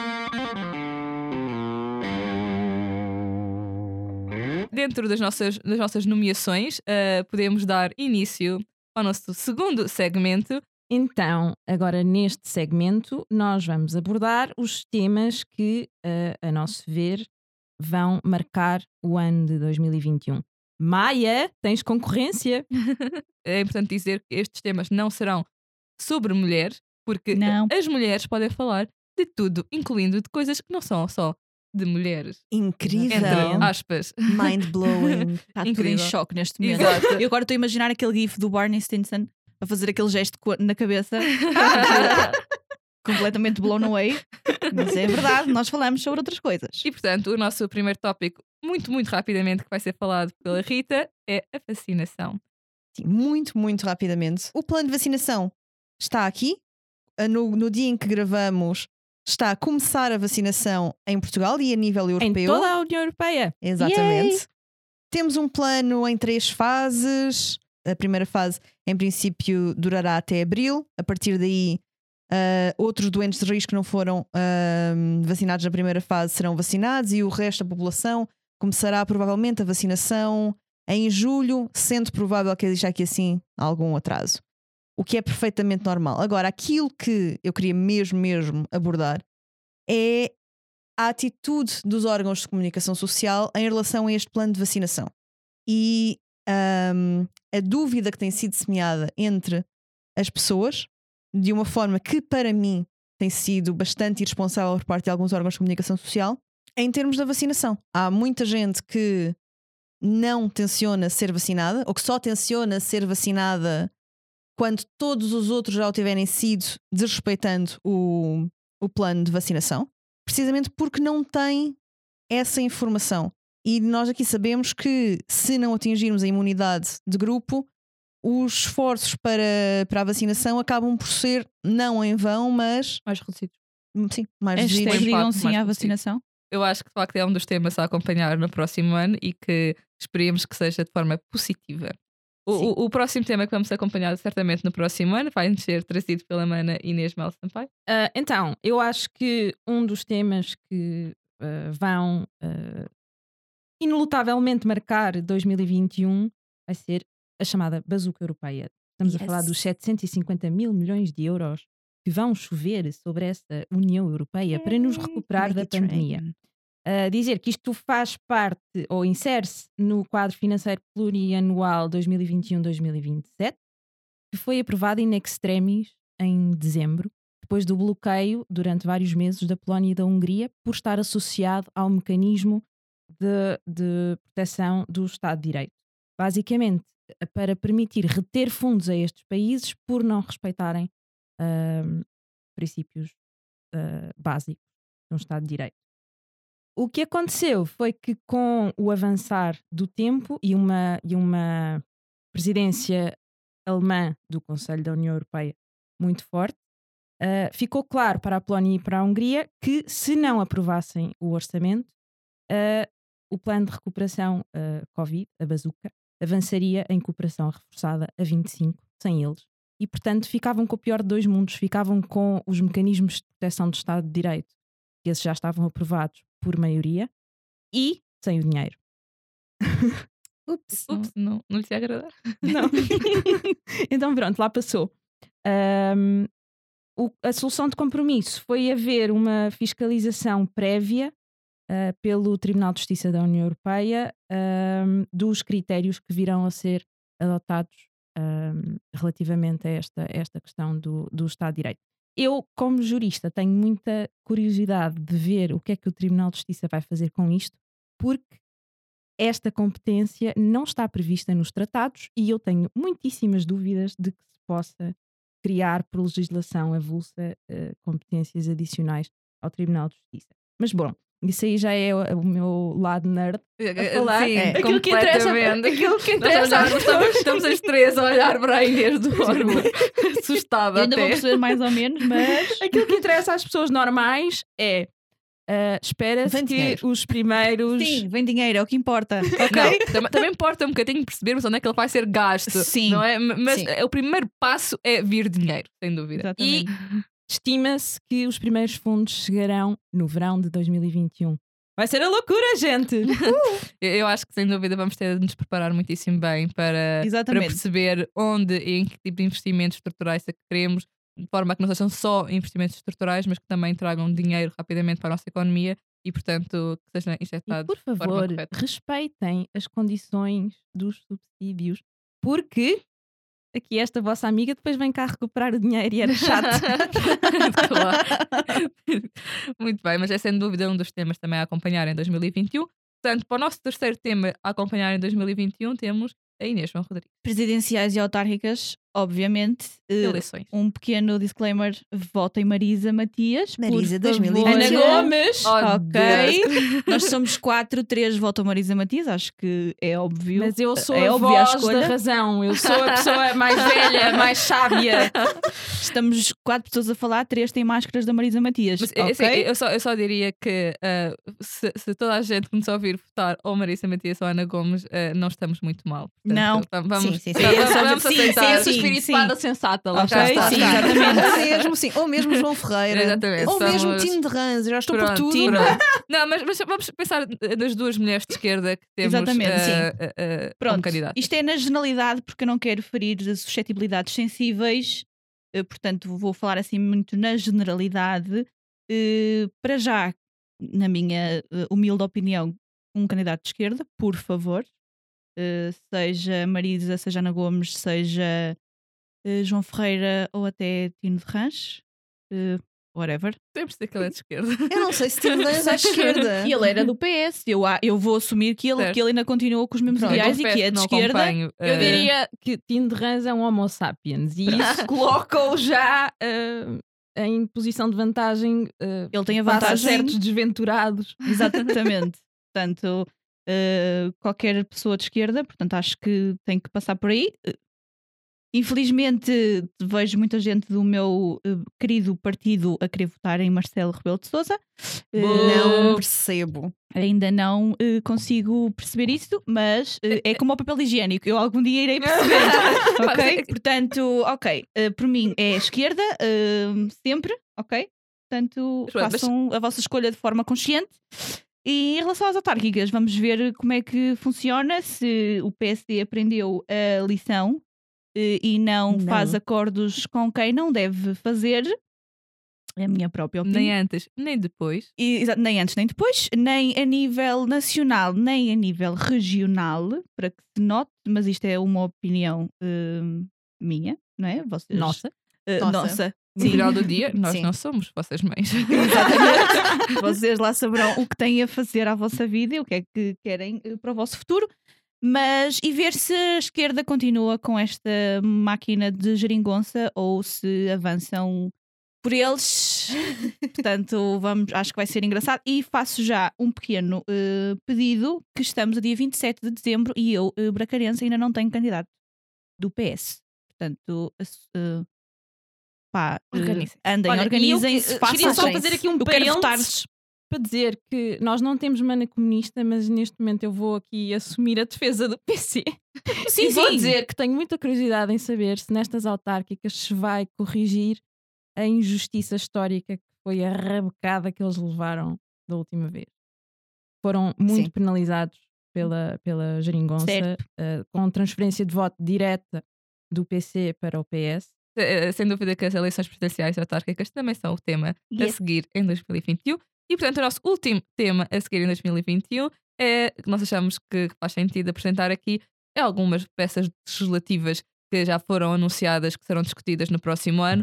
Dentro das nossas, das nossas nomeações, ah, podemos dar início ao nosso segundo segmento. Então, agora neste segmento, nós vamos abordar os temas que, eh, a nosso ver, vão marcar o ano de dois mil e vinte e um. Maia, tens concorrência? É importante dizer que estes temas não serão sobre mulheres, porque Não. as mulheres podem falar de tudo, incluindo de coisas que não são só de mulheres. Incrível. Entre aspas. Mind blowing. Está tudo em Incrível. choque neste momento. Exato. Eu agora estou a imaginar aquele gif do Barney Stinson a fazer aquele gesto co- na cabeça. Completamente blown away. Mas é verdade, nós falamos sobre outras coisas. E portanto, o nosso primeiro tópico, muito, muito rapidamente, que vai ser falado pela Rita, é a vacinação. Sim, muito, muito rapidamente. O plano de vacinação está aqui. No, no dia em que gravamos, está a começar a vacinação em Portugal e a nível Em europeu. toda a União Europeia. Exatamente. Yay! Temos um plano em três fases. A primeira fase, em princípio, durará até abril. A partir daí, ah, outros doentes de risco que não foram ah, vacinados na primeira fase serão vacinados e o resto da população começará provavelmente a vacinação em julho, sendo provável que exista aqui assim algum atraso. O que é perfeitamente normal. Agora, aquilo que eu queria mesmo, mesmo abordar é a atitude dos órgãos de comunicação social em relação a este plano de vacinação. E hum, a dúvida que tem sido semeada entre as pessoas, de uma forma que para mim tem sido bastante irresponsável por parte de alguns órgãos de comunicação social, em termos da vacinação. Há muita gente que não tenciona ser vacinada, ou que só tenciona ser vacinada quando todos os outros já o tiverem sido, desrespeitando o, o plano de vacinação, precisamente porque não tem essa informação. E nós aqui sabemos que, se não atingirmos a imunidade de grupo, os esforços para, para a vacinação acabam por ser, não em vão, mas Mais reduzidos. sim, mais Hashtag reduzidos. impacto digam sim mais à reduzido. vacinação. Eu acho que de facto é um dos temas a acompanhar no próximo ano e que esperemos que seja de forma positiva. O, Sim. o, o próximo tema que vamos acompanhar certamente no próximo ano vai ser trazido pela mana Inês Mel Sampaio. Ah, então, eu acho que um dos temas que ah, vão ah, inelutavelmente marcar dois mil e vinte e um vai ser a chamada bazuca europeia. Estamos Yes. a falar dos setecentos e cinquenta mil milhões de euros que vão chover sobre esta União Europeia para nos recuperar Make da it pandemia. rain. A dizer que isto faz parte ou insere-se no quadro financeiro plurianual dois mil e vinte e um a dois mil e vinte e sete, que foi aprovado in extremis em dezembro, depois do bloqueio durante vários meses da Polónia e da Hungria, por estar associado ao mecanismo de, de proteção do Estado de Direito. Basicamente, para permitir reter fundos a estes países por não respeitarem ahm, princípios ah, básicos de um Estado de Direito. O que aconteceu foi que, com o avançar do tempo e uma, e uma presidência alemã do Conselho da União Europeia muito forte, uh, ficou claro para a Polónia e para a Hungria que, se não aprovassem o orçamento, uh, o plano de recuperação uh, Covid, a bazuca, avançaria em cooperação reforçada a vinte e cinco, sem eles. E, portanto, ficavam com o pior de dois mundos, ficavam com os mecanismos de proteção do Estado de Direito, que esses já estavam aprovados por maioria, e sem o dinheiro. Ups. Ups, não, não lhe ia agradar. Não. Então pronto, lá passou. Um, o- a solução de compromisso foi haver uma fiscalização prévia uh, pelo Tribunal de Justiça da União Europeia um, dos critérios que virão a ser adotados um, relativamente a esta, esta questão do, do Estado de Direito. Eu, como jurista, tenho muita curiosidade de ver o que é que o Tribunal de Justiça vai fazer com isto, porque esta competência não está prevista nos tratados e eu tenho muitíssimas dúvidas de que se possa criar por legislação avulsa uh, competências adicionais ao Tribunal de Justiça. Mas bom, isso aí já é o, o meu lado nerd a falar. Sim, é. Aquilo que interessa, aquilo que interessa às pessoas. Estamos as três a olhar para a Inês do Orbo, assustada Eu ainda até. vou perceber mais ou menos, mas Aquilo que interessa às pessoas normais é uh, espera-se Vem que dinheiro. os primeiros... sim, vem dinheiro, é o que importa. Ok? Não, também, também importa um bocadinho percebermos onde é que ele vai ser gasto. Sim. Não é? M- Mas Sim. o primeiro passo é vir dinheiro, sem dúvida. E Exatamente. estima-se que os primeiros fundos chegarão no verão de dois mil e vinte e um. Vai ser a loucura, gente! Eu, eu acho que sem dúvida vamos ter de nos preparar muitíssimo bem para, para Exatamente. perceber onde e em que tipo de investimentos estruturais é que queremos, de forma a que não sejam só investimentos estruturais, mas que também tragam dinheiro rapidamente para a nossa economia e, portanto, que seja E injetado por de forma favor, correta. respeitem as condições dos subsídios, porque aqui esta vossa amiga depois vem cá recuperar o dinheiro e era chato. Claro. Muito bem, mas é sem dúvida um dos temas também a acompanhar em dois mil e vinte e um. Portanto, para o nosso terceiro tema a acompanhar em dois mil e vinte e um, temos a Inês João Rodrigues. Presidenciais e autárquicas, obviamente. eh, Eleições. um pequeno disclaimer: votem Marisa Matias. por Marisa favor. dois mil e vinte e um. Ana Gomes! Oh, Ok. Nós somos quatro, três votam Marisa Matias, acho que é óbvio. Mas eu sou é a óbvia a voz escolha. da razão. Eu sou a pessoa mais velha, mais sábia. Estamos quatro pessoas a falar, três têm máscaras da Marisa Matias. Mas, ok? assim, eu, só, eu só diria que ah, se, se toda a gente começar a ouvir votar ou Marisa Matias ou Ana Gomes, ah, não estamos muito mal. Portanto, Não. va- Vamos, Sim, sim, sim. vamos, Sim, vamos sim, aceitar. sim, sim. Espiritada sensata, lá Ok, está. sim, está. exatamente. Ou mesmo, sim, ou mesmo João Ferreira. Exatamente, Ou mesmo estamos- Tino de Rãs, eu já estou por Pronto, tudo. pronto. Não, mas, mas vamos pensar nas duas mulheres de esquerda que temos Exatamente, ah, sim. ah, ah, como Pronto, candidatas. isto é na generalidade porque eu não quero ferir suscetibilidades sensíveis, eh, portanto vou falar assim muito na generalidade. Eh, Para já, na minha eh, humilde opinião, um candidato de esquerda, por favor. Eh, seja Marisa, seja Ana Gomes, seja eh, João Ferreira ou até Tino de Rãs, eh, whatever. Temos de ter que ele é de esquerda. Eu não sei se Tino de Rãs é à esquerda. E ele era do P S, eu, a- eu vou assumir que ele, Certo. que ele ainda continua com os mesmos Pronto, ideais e confesso que é de não esquerda. acompanho, Eu ah, diria que Tino de Rãs é um homo sapiens e isso coloca-o já uh, em posição de vantagem uh, Ele tem a face a vantagem. certos desventurados. Exatamente. Portanto, eh, qualquer pessoa de esquerda, portanto, acho que tem que passar por aí. Eh, Infelizmente, vejo muita gente do meu eh, querido partido a querer votar em Marcelo Rebelo de Sousa. Eh, Não percebo. ainda não eh, consigo perceber isso, mas eh, é como o papel higiênico. Eu algum dia irei perceber. Ok? Portanto, ok. eh, por mim é esquerda, eh, sempre. Ok? Portanto, Mas, mas- façam a vossa escolha de forma consciente. E em relação às autárquicas, vamos ver como é que funciona, se o P S D aprendeu a lição eh, e não, Não. faz acordos com quem não deve fazer. É a minha própria opinião. nem antes, nem depois. E, exa- nem antes nem depois, nem a nível nacional, nem a nível regional, para que se note, mas isto é uma opinião hum, minha, não é? Vocês, Nossa. eh, Nossa. nossa. No Sim. final do dia, nós Sim. não somos vossas mães. Exatamente. Vocês lá saberão o que têm a fazer à vossa vida e o que é que querem eh, para o vosso futuro. Mas e ver se a esquerda continua com esta máquina de geringonça ou se avançam por eles. Portanto, vamos, acho que vai ser engraçado. E faço já um pequeno eh, pedido, que estamos a dia vinte e sete de dezembro e eu, eh, bracarense, ainda não tenho candidato do P S. Portanto, eh, pá, eh, Organizem-se. andem, Olha, organizem-se, e eu, eh, queria só façam. fazer aqui um Eu quero votar. parênteses para dizer que nós não temos mana comunista, mas neste momento eu vou aqui assumir a defesa do P C. Sim, e vou sim. dizer que tenho muita curiosidade em saber se nestas autárquicas se vai corrigir a injustiça histórica que foi a rabecada que eles levaram da última vez. Foram muito Sim. penalizados pela, pela geringonça, Certo. eh, com transferência de voto direta do P C para o P S. Eh, Sem dúvida que as eleições presidenciais e autárquicas também são o tema a Yes. seguir em dois mil e vinte e um. E portanto o nosso último tema a seguir em dois mil e vinte e um é que nós achamos que faz sentido apresentar aqui é algumas peças legislativas que já foram anunciadas que serão discutidas no próximo ano.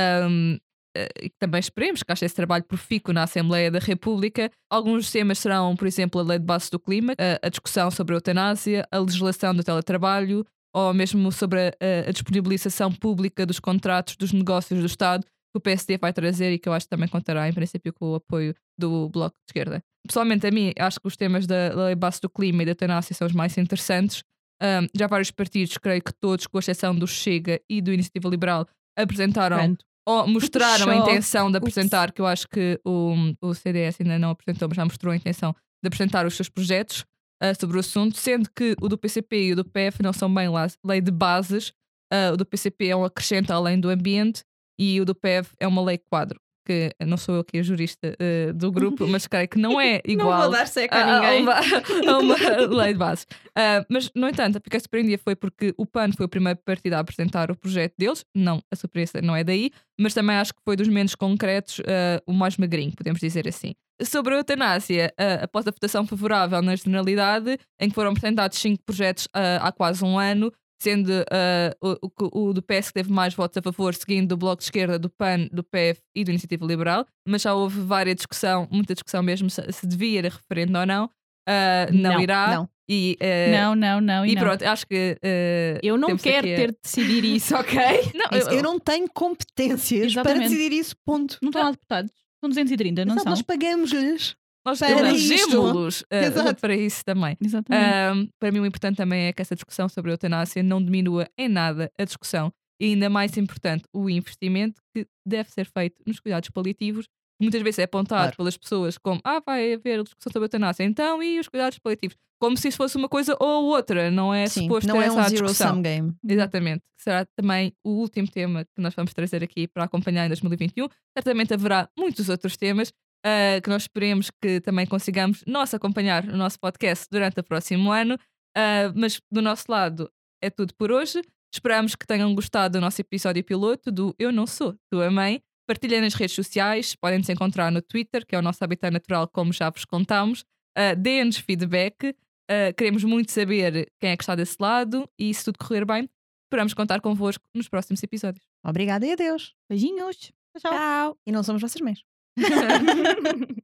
Um, e também esperemos que haja esse trabalho profícuo na Assembleia da República. Alguns temas serão, por exemplo, a Lei de Base do Clima, a, a discussão sobre a eutanásia, a legislação do teletrabalho, ou mesmo sobre a, a disponibilização pública dos contratos dos negócios do Estado, que o P S D vai trazer e que eu acho que também contará, em princípio, com o apoio do Bloco de Esquerda. Pessoalmente, a mim, acho que os temas da Lei de Base do Clima e da eutanásia são os mais interessantes. Um, já vários partidos, creio que todos, com exceção do Chega e do Iniciativa Liberal, apresentaram Pronto. ou mostraram a Choque. intenção de Ups. apresentar, que eu acho que o, o C D S ainda não apresentou, mas já mostrou a intenção de apresentar os seus projetos uh, sobre o assunto, sendo que o do P C P e o do P F não são bem lá, lei de bases. Uh, o do P C P é um acrescente à lei do ambiente e o do P F é uma lei quadro, que não sou eu que é jurista uh, do grupo, mas creio que não é igual Não vou dar seca a a, a ninguém. uma, a uma lei de bases. Uh, mas, no entanto, fiquei surpreendida foi porque o P A N foi o primeiro partido a apresentar o projeto deles. Não, a surpresa não é daí, mas também acho que foi dos menos concretos, uh, o mais magrinho, podemos dizer assim. Sobre a eutanásia, uh, após a votação favorável na generalidade, em que foram apresentados cinco projetos uh, há quase um ano, sendo uh, o, o, o do P S que teve mais votos a favor, seguindo do Bloco de Esquerda, do P A N, do P F e do Iniciativa Liberal, mas já houve várias discussão, muita discussão mesmo, se, se devia ir a referendo ou não. Uh, não, Não, irá. não. E, uh, Não, não, não. E, e não. pronto, acho que uh, Eu não temos quero aqui a- ter de decidir isso, ok? Não, Isso, eu não tenho competências para Exatamente. decidir isso, ponto. Não estão lá deputados. São duzentos e trinta, não Exato, são? nós pagamos-lhes. nós para elegemos-los uh, Exato. para isso também. Exatamente. Um, para mim o importante também é que essa discussão sobre a eutanásia não diminua em nada a discussão e ainda mais importante o investimento que deve ser feito nos cuidados paliativos. Muitas vezes é apontado Claro. pelas pessoas como ah, vai haver discussão sobre a eutanásia, então e os cuidados paliativos? Como se isso fosse uma coisa ou outra, não é Sim, suposto não ter é essa um discussão. zero-sum game. Exatamente. Será também o último tema que nós vamos trazer aqui para acompanhar em dois mil e vinte e um. Certamente haverá muitos outros temas uh, que nós esperemos que também consigamos nós acompanhar no nosso podcast durante o próximo ano. Uh, mas do nosso lado é tudo por hoje. Esperamos que tenham gostado do nosso episódio piloto do Eu Não Sou Tua Mãe. Partilhem nas redes sociais, podem nos encontrar no Twitter, que é o nosso habitat natural, como já vos contámos. Uh, Deem-nos feedback. Uh, queremos muito saber quem é que está desse lado e se tudo correr bem, esperamos contar convosco nos próximos episódios. Obrigada e adeus. Beijinhos. Tchau. Tchau. E não somos vossas mães.